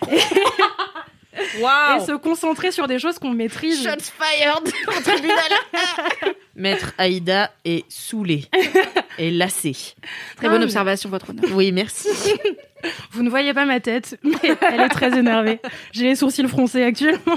S2: Wow.
S8: Et se concentrer sur des choses qu'on maîtrise.
S9: Shots fired au tribunal.
S2: Maître Aïda est saoulée et lassée.
S9: Très bonne observation, votre honneur.
S2: Oui, merci.
S8: Vous ne voyez pas ma tête, mais elle est très énervée. J'ai les sourcils froncés actuellement.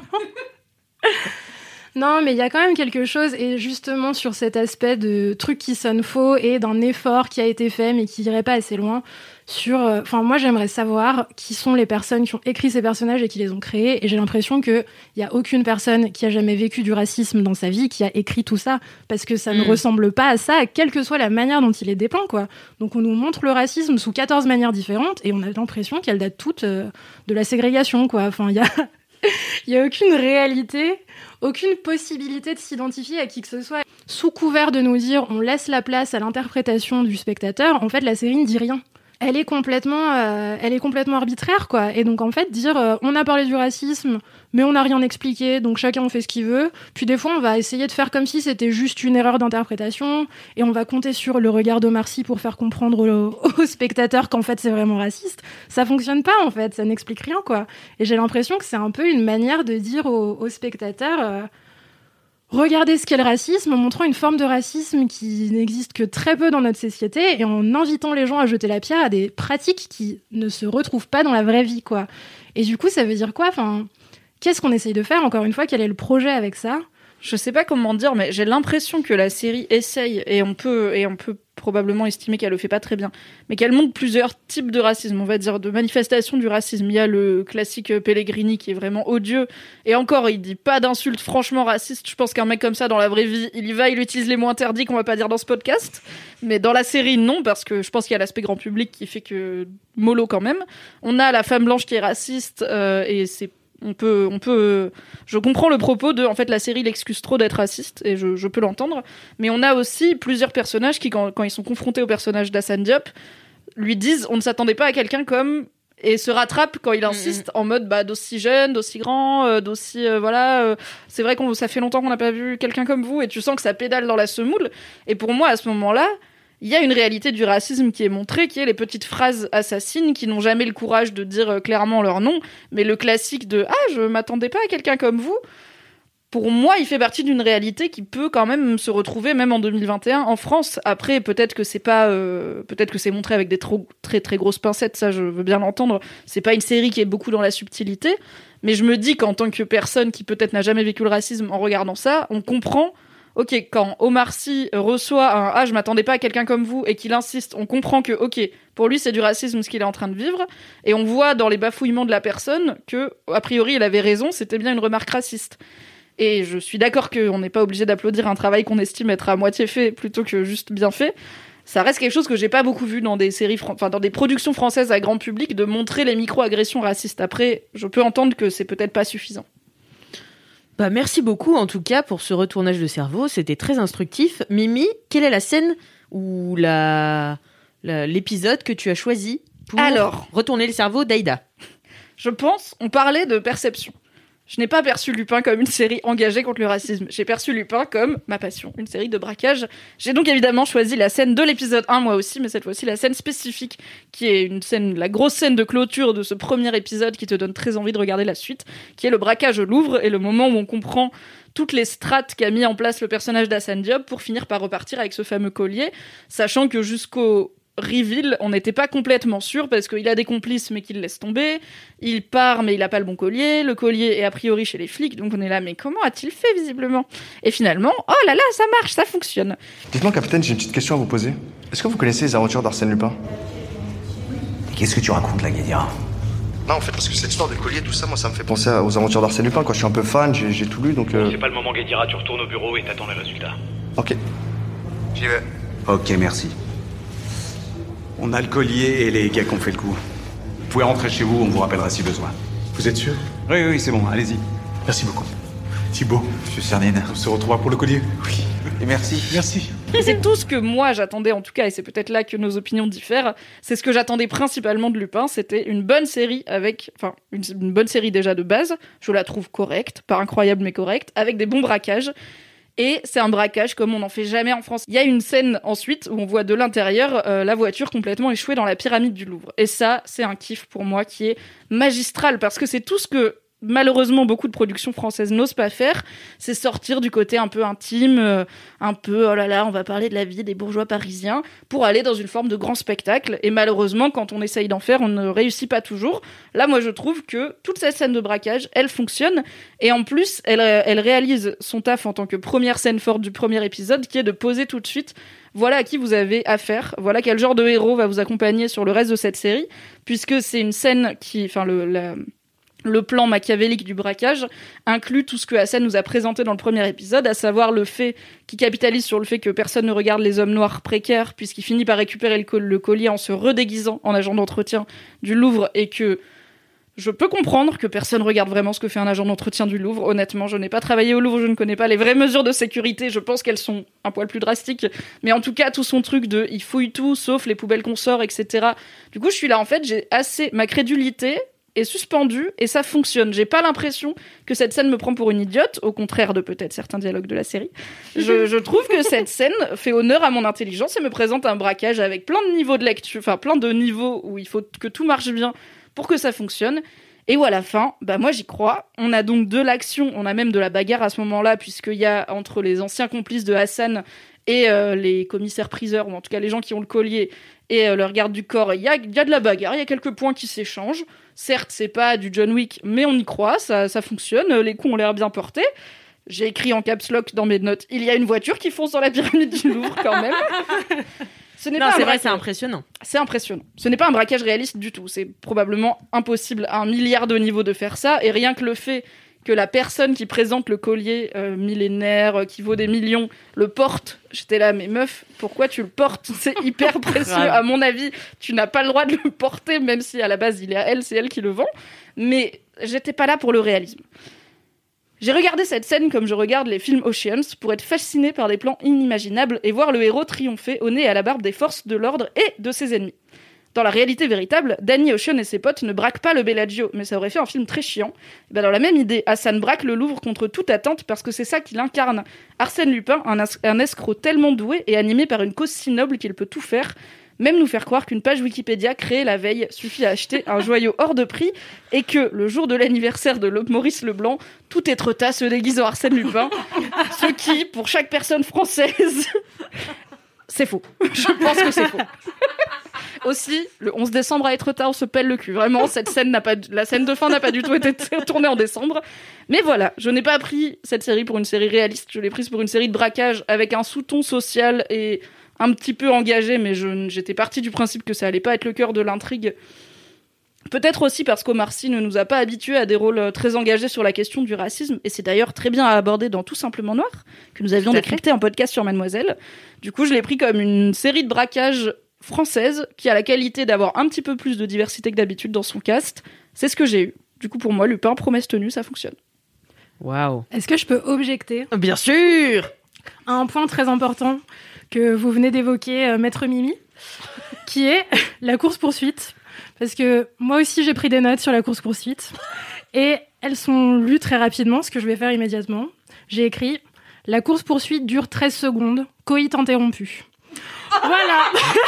S8: Non, mais il y a quand même quelque chose, et justement sur cet aspect de truc qui sonne faux et d'un effort qui a été fait mais qui irait pas assez loin. Moi, j'aimerais savoir qui sont les personnes qui ont écrit ces personnages et qui les ont créés. Et j'ai l'impression qu'il y a aucune personne qui a jamais vécu du racisme dans sa vie qui a écrit tout ça, parce que ça ne ressemble pas à ça, quelle que soit la manière dont il est dépeint, quoi. Donc on nous montre le racisme sous 14 manières différentes et on a l'impression qu'elles datent toutes de la ségrégation, quoi. Enfin, il y a aucune réalité, aucune possibilité de s'identifier à qui que ce soit. Sous couvert de nous dire on laisse la place à l'interprétation du spectateur, en fait la série ne dit rien. Elle est complètement arbitraire, quoi. Et donc, en fait, dire on a parlé du racisme, mais on n'a rien expliqué, donc chacun en fait ce qu'il veut. Puis des fois, on va essayer de faire comme si c'était juste une erreur d'interprétation, et on va compter sur le regard d'Omar Sy pour faire comprendre aux spectateurs qu'en fait, c'est vraiment raciste. Ça fonctionne pas, en fait, ça n'explique rien, quoi. Et j'ai l'impression que c'est un peu une manière de dire aux spectateurs... Regardez ce qu'est le racisme, en montrant une forme de racisme qui n'existe que très peu dans notre société et en invitant les gens à jeter la pierre à des pratiques qui ne se retrouvent pas dans la vraie vie, quoi. Et du coup, ça veut dire quoi ? Enfin, qu'est-ce qu'on essaye de faire ? Encore une fois, quel est le projet avec ça ?
S9: Je sais pas comment dire, mais j'ai l'impression que la série essaye, et on peut probablement estimer qu'elle le fait pas très bien, mais qu'elle montre plusieurs types de racisme, on va dire, de manifestations du racisme. Il y a le classique Pellegrini qui est vraiment odieux, et encore, il dit pas d'insultes franchement racistes. Je pense qu'un mec comme ça, dans la vraie vie, il utilise les mots interdits qu'on va pas dire dans ce podcast, mais dans la série, non, parce que je pense qu'il y a l'aspect grand public qui fait que mollo quand même. On a la femme blanche qui est raciste, et je comprends le propos de, en fait, la série l'excuse trop d'être raciste, et je peux l'entendre, mais on a aussi plusieurs personnages qui, quand ils sont confrontés au personnage d'Hassane Diop, lui disent, on ne s'attendait pas à quelqu'un comme, et se rattrape quand il insiste en mode, d'aussi jeune, d'aussi grand, d'aussi, c'est vrai ça fait longtemps qu'on n'a pas vu quelqu'un comme vous, et tu sens que ça pédale dans la semoule, et pour moi, à ce moment-là, il y a une réalité du racisme qui est montrée, qui est les petites phrases assassines qui n'ont jamais le courage de dire clairement leur nom, mais le classique de « Ah, je m'attendais pas à quelqu'un comme vous », pour moi, il fait partie d'une réalité qui peut quand même se retrouver, même en 2021, en France. Après, peut-être que c'est montré avec des très très grosses pincettes, ça je veux bien l'entendre. C'est pas une série qui est beaucoup dans la subtilité, mais je me dis qu'en tant que personne qui peut-être n'a jamais vécu le racisme, en regardant ça, on comprend ok, quand Omar Sy reçoit un « Ah, je m'attendais pas à quelqu'un comme vous » et qu'il insiste, on comprend que, ok, pour lui, c'est du racisme ce qu'il est en train de vivre. Et on voit dans les bafouillements de la personne que, a priori, il avait raison, c'était bien une remarque raciste. Et je suis d'accord qu'on n'est pas obligé d'applaudir un travail qu'on estime être à moitié fait plutôt que juste bien fait. Ça reste quelque chose que j'ai pas beaucoup vu dans des séries, dans des productions françaises à grand public, de montrer les micro-agressions racistes. Après, je peux entendre que c'est peut-être pas suffisant.
S2: Bah, merci beaucoup en tout cas pour ce retournage de cerveau, c'était très instructif. Mimi, quelle est la scène ou l'épisode que tu as choisi pour retourner le cerveau d'Aïda?
S9: Je pense, on parlait de perception. Je n'ai pas perçu Lupin comme une série engagée contre le racisme. J'ai perçu Lupin comme ma passion, une série de braquage. J'ai donc évidemment choisi la scène de l'épisode 1, moi aussi, mais cette fois-ci la scène spécifique, qui est la grosse scène de clôture de ce premier épisode qui te donne très envie de regarder la suite, qui est le braquage au Louvre et le moment où on comprend toutes les strates qu'a mis en place le personnage d'Hassane Diop pour finir par repartir avec ce fameux collier, sachant que jusqu'au reveal, on n'était pas complètement sûr parce qu'il a des complices mais qu'il laisse tomber, il part mais il a pas le bon collier, le collier est a priori chez les flics, donc on est là mais comment a-t-il fait visiblement? Et finalement, oh là là, ça marche, ça fonctionne.
S12: Dites-moi capitaine, j'ai une petite question à vous poser. Est-ce que vous connaissez les aventures d'Arsène Lupin?
S13: Qu'est-ce que tu racontes là, Guédira?
S12: Non, en fait, parce que cette histoire de collier, tout ça, moi, ça me fait penser aux aventures d'Arsène Lupin. Quand je suis un peu fan, j'ai tout lu, donc...
S14: C'est pas le moment, Guédira, tu retournes au bureau et t'attends les résultats.
S12: Ok. J'y vais.
S13: Ok, merci. On a le collier et les gars qui ont fait le coup. Vous pouvez rentrer chez vous, on vous rappellera si besoin.
S1: Vous êtes sûr?
S13: Oui, c'est bon, allez-y.
S1: Merci beaucoup. Thibaut.
S13: Monsieur Cernine.
S1: On se retrouvera pour le collier?
S13: Oui. Et merci.
S1: Merci.
S9: C'est tout ce que moi j'attendais en tout cas, et c'est peut-être là que nos opinions diffèrent. C'est ce que j'attendais principalement de Lupin, c'était une bonne série une bonne série déjà de base. Je la trouve correcte, pas incroyable mais correcte, avec des bons braquages. Et c'est un braquage comme on n'en fait jamais en France. Il y a une scène ensuite où on voit de l'intérieur la voiture complètement échouée dans la pyramide du Louvre. Et ça, c'est un kiff pour moi qui est magistral, parce que c'est tout ce que malheureusement beaucoup de productions françaises n'osent pas faire, c'est sortir du côté un peu intime, un peu oh là là, on va parler de la vie des bourgeois parisiens, pour aller dans une forme de grand spectacle. Et malheureusement, quand on essaye d'en faire, on ne réussit pas toujours. Là, moi, je trouve que toute cette scène de braquage, elle fonctionne, et en plus, elle réalise son taf en tant que première scène forte du premier épisode, qui est de poser tout de suite voilà à qui vous avez affaire, voilà quel genre de héros va vous accompagner sur le reste de cette série, puisque c'est une scène qui, le plan machiavélique du braquage inclut tout ce que Hassane nous a présenté dans le premier épisode, à savoir le fait qu'il capitalise sur le fait que personne ne regarde les hommes noirs précaires, puisqu'il finit par récupérer le collier en se redéguisant en agent d'entretien du Louvre, et que je peux comprendre que personne regarde vraiment ce que fait un agent d'entretien du Louvre. Honnêtement, je n'ai pas travaillé au Louvre, je ne connais pas les vraies mesures de sécurité, je pense qu'elles sont un poil plus drastiques, mais en tout cas, tout son truc de il fouille tout, sauf les poubelles qu'on sort, etc. Du coup, je suis là, en fait, ma crédulité est suspendue et ça fonctionne. J'ai pas l'impression que cette scène me prend pour une idiote, au contraire de peut-être certains dialogues de la série. Je trouve que cette scène fait honneur à mon intelligence et me présente un braquage avec plein de niveaux de lecture, plein de niveaux où il faut que tout marche bien pour que ça fonctionne. Et où à la fin, moi j'y crois. On a donc de l'action, on a même de la bagarre à ce moment-là, puisqu'il y a entre les anciens complices de Hassane et les commissaires-priseurs, ou en tout cas les gens qui ont le collier, et leur garde du corps, il y a de la bagarre, il y a quelques points qui s'échangent. Certes, c'est pas du John Wick, mais on y croit, ça fonctionne, les coups ont l'air bien portés. J'ai écrit en caps lock dans mes notes, il y a une voiture qui fonce dans la pyramide du Louvre quand même.
S2: C'est vrai, c'est impressionnant.
S9: C'est impressionnant. Ce n'est pas un braquage réaliste du tout. C'est probablement impossible à 1 milliard de niveaux de faire ça, et rien que le fait que la personne qui présente le collier millénaire, qui vaut des millions, le porte. J'étais là, mais meuf, pourquoi tu le portes? C'est hyper précieux. À mon avis, tu n'as pas le droit de le porter, même si à la base, il est à elle, c'est elle qui le vend. Mais j'étais pas là pour le réalisme. J'ai regardé cette scène comme je regarde les films Oceans, pour être fasciné par des plans inimaginables et voir le héros triompher au nez et à la barbe des forces de l'ordre et de ses ennemis. Dans la réalité véritable, Danny Ocean et ses potes ne braquent pas le Bellagio, mais ça aurait fait un film très chiant. Et dans la même idée, Hassane braque le Louvre contre toute attente parce que c'est ça qu'il incarne. Arsène Lupin, un escroc tellement doué et animé par une cause si noble qu'il peut tout faire, même nous faire croire qu'une page Wikipédia créée la veille suffit à acheter un joyau hors de prix, et que le jour de l'anniversaire de Maurice Leblanc, tout Étretat se déguise en Arsène Lupin, ce qui, pour chaque personne française, c'est faux. Je pense que c'est faux. Aussi, le 11 décembre à Étretat, on se pèle le cul. Vraiment, la scène de fin n'a pas du tout été tournée en décembre. Mais voilà, je n'ai pas pris cette série pour une série réaliste. Je l'ai prise pour une série de braquage avec un sous-ton social et un petit peu engagé. Mais j'étais partie du principe que ça allait pas être le cœur de l'intrigue. Peut-être aussi parce qu'Omar Sy ne nous a pas habitués à des rôles très engagés sur la question du racisme. Et c'est d'ailleurs très bien abordé dans Tout simplement Noir, que nous avions décrypté en podcast sur Mademoiselle. Du coup, je l'ai pris comme une série de braquage française qui a la qualité d'avoir un petit peu plus de diversité que d'habitude dans son cast. C'est ce que j'ai eu. Du coup, pour moi, Lupin, promesse tenue, ça fonctionne.
S2: Waouh.
S8: Est-ce que je peux objecter ?
S2: Bien sûr.
S8: À un point très important que vous venez d'évoquer, Maître Mimi, qui est la course-poursuite. Parce que moi aussi, j'ai pris des notes sur la course-poursuite. Et elles sont lues très rapidement, ce que je vais faire immédiatement. J'ai écrit « La course-poursuite dure 13 secondes, coït interrompu ». Voilà.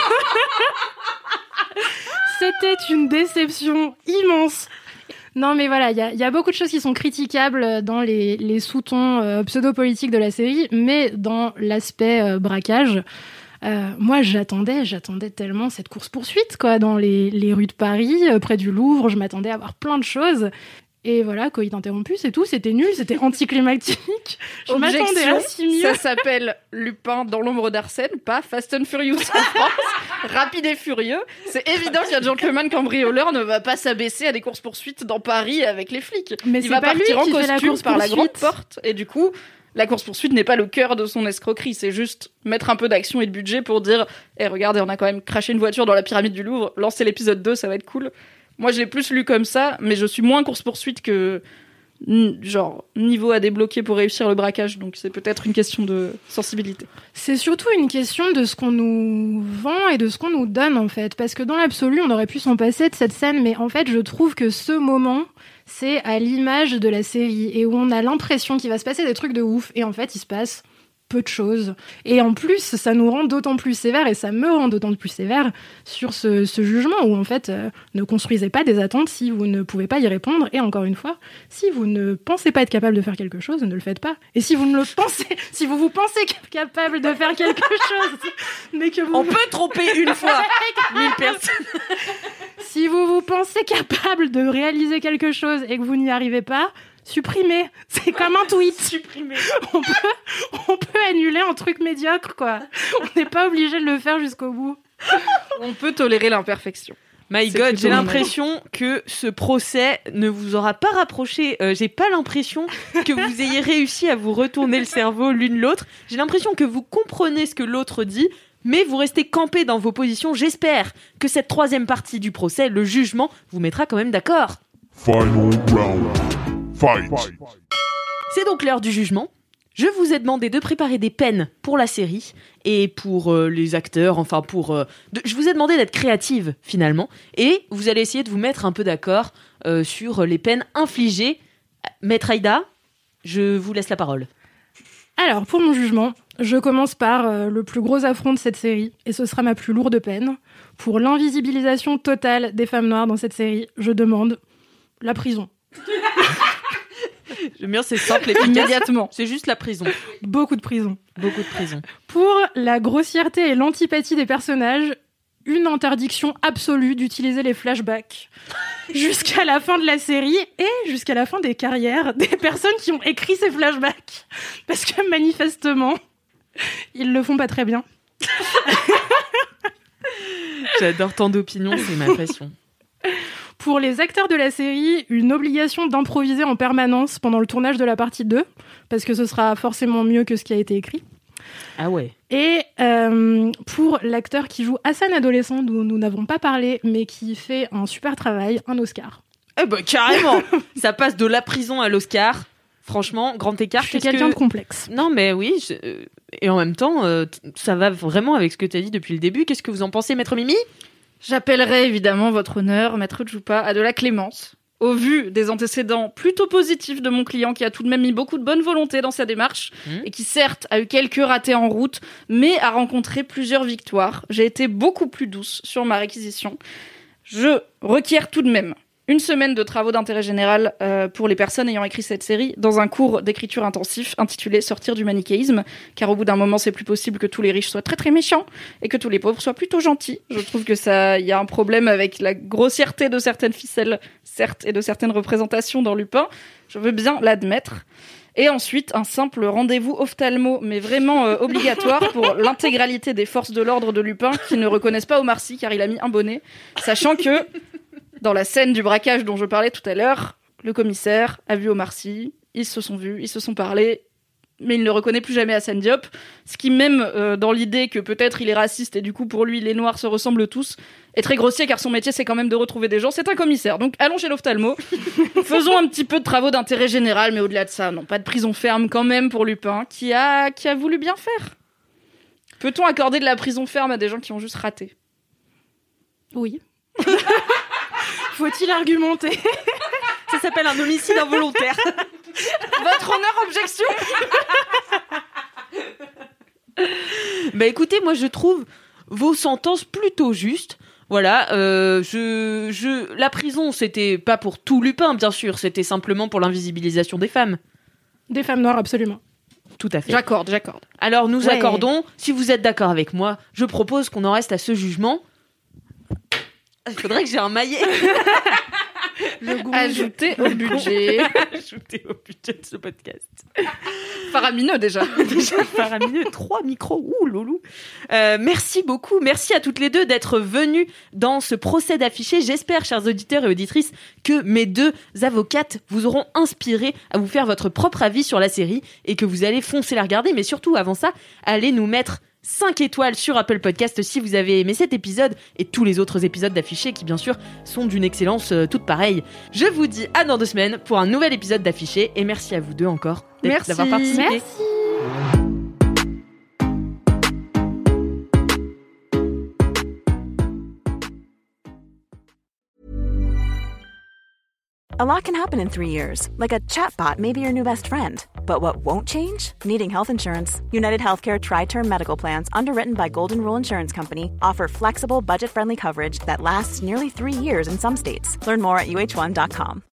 S8: C'était une déception immense. Non, mais voilà, il y a beaucoup de choses qui sont critiquables dans les sous-tons pseudo-politiques de la série, mais dans l'aspect braquage, moi, j'attendais tellement cette course-poursuite, quoi, dans les rues de Paris, près du Louvre. Je m'attendais à voir plein de choses. Et voilà, coït interrompu, c'est tout. C'était nul, c'était anticlimatique. Je m'attendais à si mieux.
S9: Ça s'appelle Lupin dans l'ombre d'Arsène, pas Fast and Furious en France. Rapide et furieux. C'est évident qu'un gentleman cambrioleur ne va pas s'abaisser à des courses-poursuites dans Paris avec les flics.
S8: Mais
S9: il va
S8: pas
S9: partir en
S8: lui qui fait la
S9: costume par la grande
S8: course-poursuite.
S9: porte. Et du coup, la course-poursuite n'est pas le cœur de son escroquerie. C'est juste mettre un peu d'action et de budget pour dire regardez, on a quand même craché une voiture dans la pyramide du Louvre. Lancez l'épisode 2, ça va être cool. Moi, je l'ai plus lu comme ça, mais je suis moins course-poursuite que genre niveau à débloquer pour réussir le braquage. Donc, c'est peut-être une question de sensibilité.
S8: C'est surtout une question de ce qu'on nous vend et de ce qu'on nous donne, en fait. Parce que dans l'absolu, on aurait pu s'en passer de cette scène, mais en fait, je trouve que ce moment, c'est à l'image de la série et où on a l'impression qu'il va se passer des trucs de ouf. Et en fait, il se passe peu de choses. Et en plus, ça nous rend d'autant plus sévères, et ça me rend d'autant plus sévère sur ce jugement où, en fait, ne construisez pas des attentes si vous ne pouvez pas y répondre. Et encore une fois, si vous ne pensez pas être capable de faire quelque chose, ne le faites pas. Et si vous vous pensez capable de faire quelque chose, mais que vous...
S2: On peut tromper une fois 1000 personnes.
S8: Si vous vous pensez capable de réaliser quelque chose et que vous n'y arrivez pas, supprimez. C'est comme un tweet.
S2: Supprimer.
S8: On peut annuler un truc médiocre, quoi. On n'est pas obligé de le faire jusqu'au bout.
S9: On peut tolérer l'imperfection.
S2: My God, j'ai l'impression que ce procès ne vous aura pas rapproché. J'ai pas l'impression que vous ayez réussi à vous retourner le cerveau l'une l'autre. J'ai l'impression que vous comprenez ce que l'autre dit, mais vous restez campés dans vos positions. J'espère que cette troisième partie du procès, le jugement, vous mettra quand même d'accord.
S10: Final round. Fight.
S2: C'est donc l'heure du jugement. Je vous ai demandé de préparer des peines pour la série et pour les acteurs, enfin je vous ai demandé d'être créative finalement, et vous allez essayer de vous mettre un peu d'accord sur les peines infligées. Maître Aïda, je vous laisse la parole.
S8: Alors, pour mon jugement, je commence par le plus gros affront de cette série, et ce sera ma plus lourde peine. Pour l'invisibilisation totale des femmes noires dans cette série, je demande la prison.
S2: J'aime bien, c'est simple et immédiatement. C'est juste la prison.
S8: Beaucoup de prison.
S2: Beaucoup de prison.
S8: Pour la grossièreté et l'antipathie des personnages, une interdiction absolue d'utiliser les flashbacks jusqu'à la fin de la série et jusqu'à la fin des carrières des personnes qui ont écrit ces flashbacks. Parce que manifestement, ils le font pas très bien.
S2: J'adore tant d'opinions, c'est ma passion.
S8: Pour les acteurs de la série, une obligation d'improviser en permanence pendant le tournage de la partie 2, parce que ce sera forcément mieux que ce qui a été écrit.
S2: Ah ouais.
S8: Et pour l'acteur qui joue Hassan adolescent, dont nous n'avons pas parlé, mais qui fait un super travail, un Oscar.
S2: Eh ben carrément. Ça passe de la prison à l'Oscar. Franchement, grand écart.
S8: Je suis quelqu'un de complexe.
S2: Non mais oui, et en même temps, ça va vraiment avec ce que tu as dit depuis le début. Qu'est-ce que vous en pensez, Maître Mimi ?
S9: J'appellerai évidemment votre honneur, Maître Djoupa, à de la clémence. Au vu des antécédents plutôt positifs de mon client qui a tout de même mis beaucoup de bonne volonté dans sa démarche et qui certes a eu quelques ratés en route, mais a rencontré plusieurs victoires. J'ai été beaucoup plus douce sur ma réquisition. Je requiers tout de même une semaine de travaux d'intérêt général pour les personnes ayant écrit cette série dans un cours d'écriture intensif intitulé « Sortir du manichéisme », car au bout d'un moment, c'est plus possible que tous les riches soient très très méchants et que tous les pauvres soient plutôt gentils. Je trouve que ça, il y a un problème avec la grossièreté de certaines ficelles, certes, et de certaines représentations dans Lupin. Je veux bien l'admettre. Et ensuite, un simple rendez-vous ophtalmo, mais vraiment obligatoire pour l'intégralité des forces de l'ordre de Lupin qui ne reconnaissent pas Omar Sy car il a mis un bonnet, sachant que dans la scène du braquage dont je parlais tout à l'heure, le commissaire a vu Omar Sy, ils se sont vus, ils se sont parlé, mais il ne reconnaît plus jamais Assane Diop, ce qui même dans l'idée que peut-être il est raciste et du coup pour lui les noirs se ressemblent tous, est très grossier car son métier c'est quand même de retrouver des gens, c'est un commissaire. Donc allons chez l'ophtalmo, faisons un petit peu de travaux d'intérêt général, mais au-delà de ça, non, pas de prison ferme quand même pour Lupin, qui a voulu bien faire. Peut-on accorder de la prison ferme à des gens qui ont juste raté ?
S8: Oui. Faut-il argumenter ?
S2: Ça s'appelle un homicide involontaire.
S9: Votre honneur, objection.
S2: Bah écoutez, moi je trouve vos sentences plutôt justes. Voilà, la prison, c'était pas pour tout Lupin, bien sûr, c'était simplement pour l'invisibilisation des femmes.
S8: Des femmes noires, absolument.
S2: Tout à fait.
S9: J'accorde.
S2: Alors nous accordons, si vous êtes d'accord avec moi, je propose qu'on en reste à ce jugement. Il faudrait que j'ai un maillet.
S9: Ajouté au budget.
S2: Ajouté au budget de ce podcast.
S9: Faramineux déjà.
S2: Déjà faramineux. 3 micros. Ouh, loulou. Merci beaucoup. Merci à toutes les deux d'être venues dans ce procès d'affiché. J'espère, chers auditeurs et auditrices, que mes 2 avocates vous auront inspiré à vous faire votre propre avis sur la série et que vous allez foncer la regarder. Mais surtout, avant ça, allez nous mettre 5 étoiles sur Apple Podcast si vous avez aimé cet épisode et tous les autres épisodes d'Affiché qui bien sûr sont d'une excellence toute pareille. Je vous dis à dans 2 semaines pour un nouvel épisode d'Affiché et merci à vous 2 encore d'avoir participé.
S8: Merci.
S15: A lot can happen in 3 years, like a chatbot may be your new best friend. But what won't change? Needing health insurance. United Healthcare Tri-Term Medical Plans, underwritten by Golden Rule Insurance Company, offer flexible, budget-friendly coverage that lasts nearly 3 years in some states. Learn more at uh1.com.